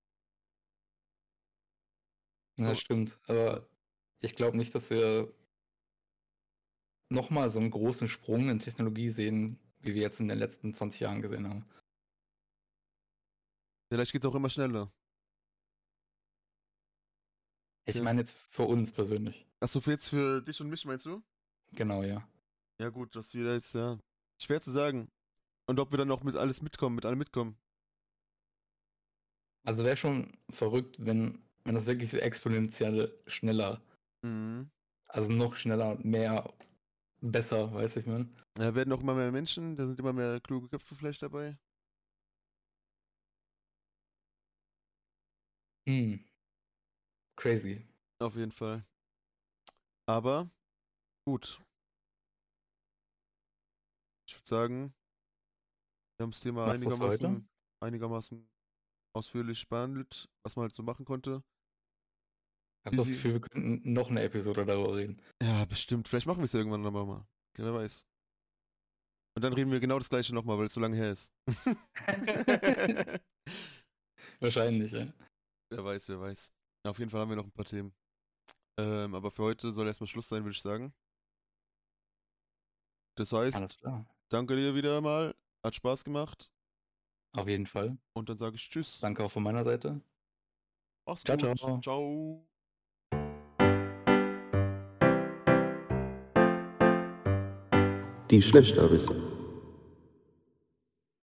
Speaker 3: Ja,
Speaker 2: So,
Speaker 3: stimmt. Aber ich glaube nicht, dass wir nochmal so einen großen Sprung in Technologie sehen, wie wir jetzt in den letzten 20 Jahren gesehen haben.
Speaker 2: vielleicht geht's auch immer schneller.
Speaker 3: Ich
Speaker 2: Tja.
Speaker 3: meine jetzt für uns persönlich.
Speaker 2: Achso, für jetzt für dich und mich, meinst du?
Speaker 3: Genau, ja.
Speaker 2: Ja, gut, dass wir da jetzt, ja. Schwer zu sagen. Und ob wir dann auch mit allem mitkommen.
Speaker 3: Also wäre schon verrückt, wenn das wirklich so exponentiell schneller,
Speaker 2: Mhm.
Speaker 3: also noch schneller, mehr, besser, weiß ich man.
Speaker 2: Da werden auch immer mehr Menschen, da sind immer mehr kluge Köpfe vielleicht dabei.
Speaker 3: Hm, crazy.
Speaker 2: Auf jeden Fall. Aber gut, ich würde sagen, wir haben das Thema
Speaker 3: Was das für heute?
Speaker 2: einigermaßen ausführlich behandelt, was man halt so machen konnte.
Speaker 3: Ich habe
Speaker 2: Wie
Speaker 3: das
Speaker 2: sie,
Speaker 3: Gefühl, wir könnten noch eine Episode darüber reden.
Speaker 2: ja, bestimmt. Vielleicht machen wir es ja irgendwann nochmal mal. Okay, wer weiß. Und dann reden wir genau das gleiche nochmal, weil es so lange her ist.
Speaker 3: Wahrscheinlich, ja.
Speaker 2: Wer weiß, wer weiß. Auf jeden Fall haben wir noch ein paar Themen. Aber für heute soll erstmal Schluss sein, würde ich sagen. Das heißt,
Speaker 3: Alles klar.
Speaker 2: danke dir wieder mal. Hat Spaß gemacht.
Speaker 3: Auf jeden Fall.
Speaker 2: Und dann sage ich Tschüss.
Speaker 3: Danke auch von meiner Seite.
Speaker 2: Mach's
Speaker 3: Ciao,
Speaker 2: gut.
Speaker 3: ciao.
Speaker 2: Ciao.
Speaker 1: Die Schlechterbisse.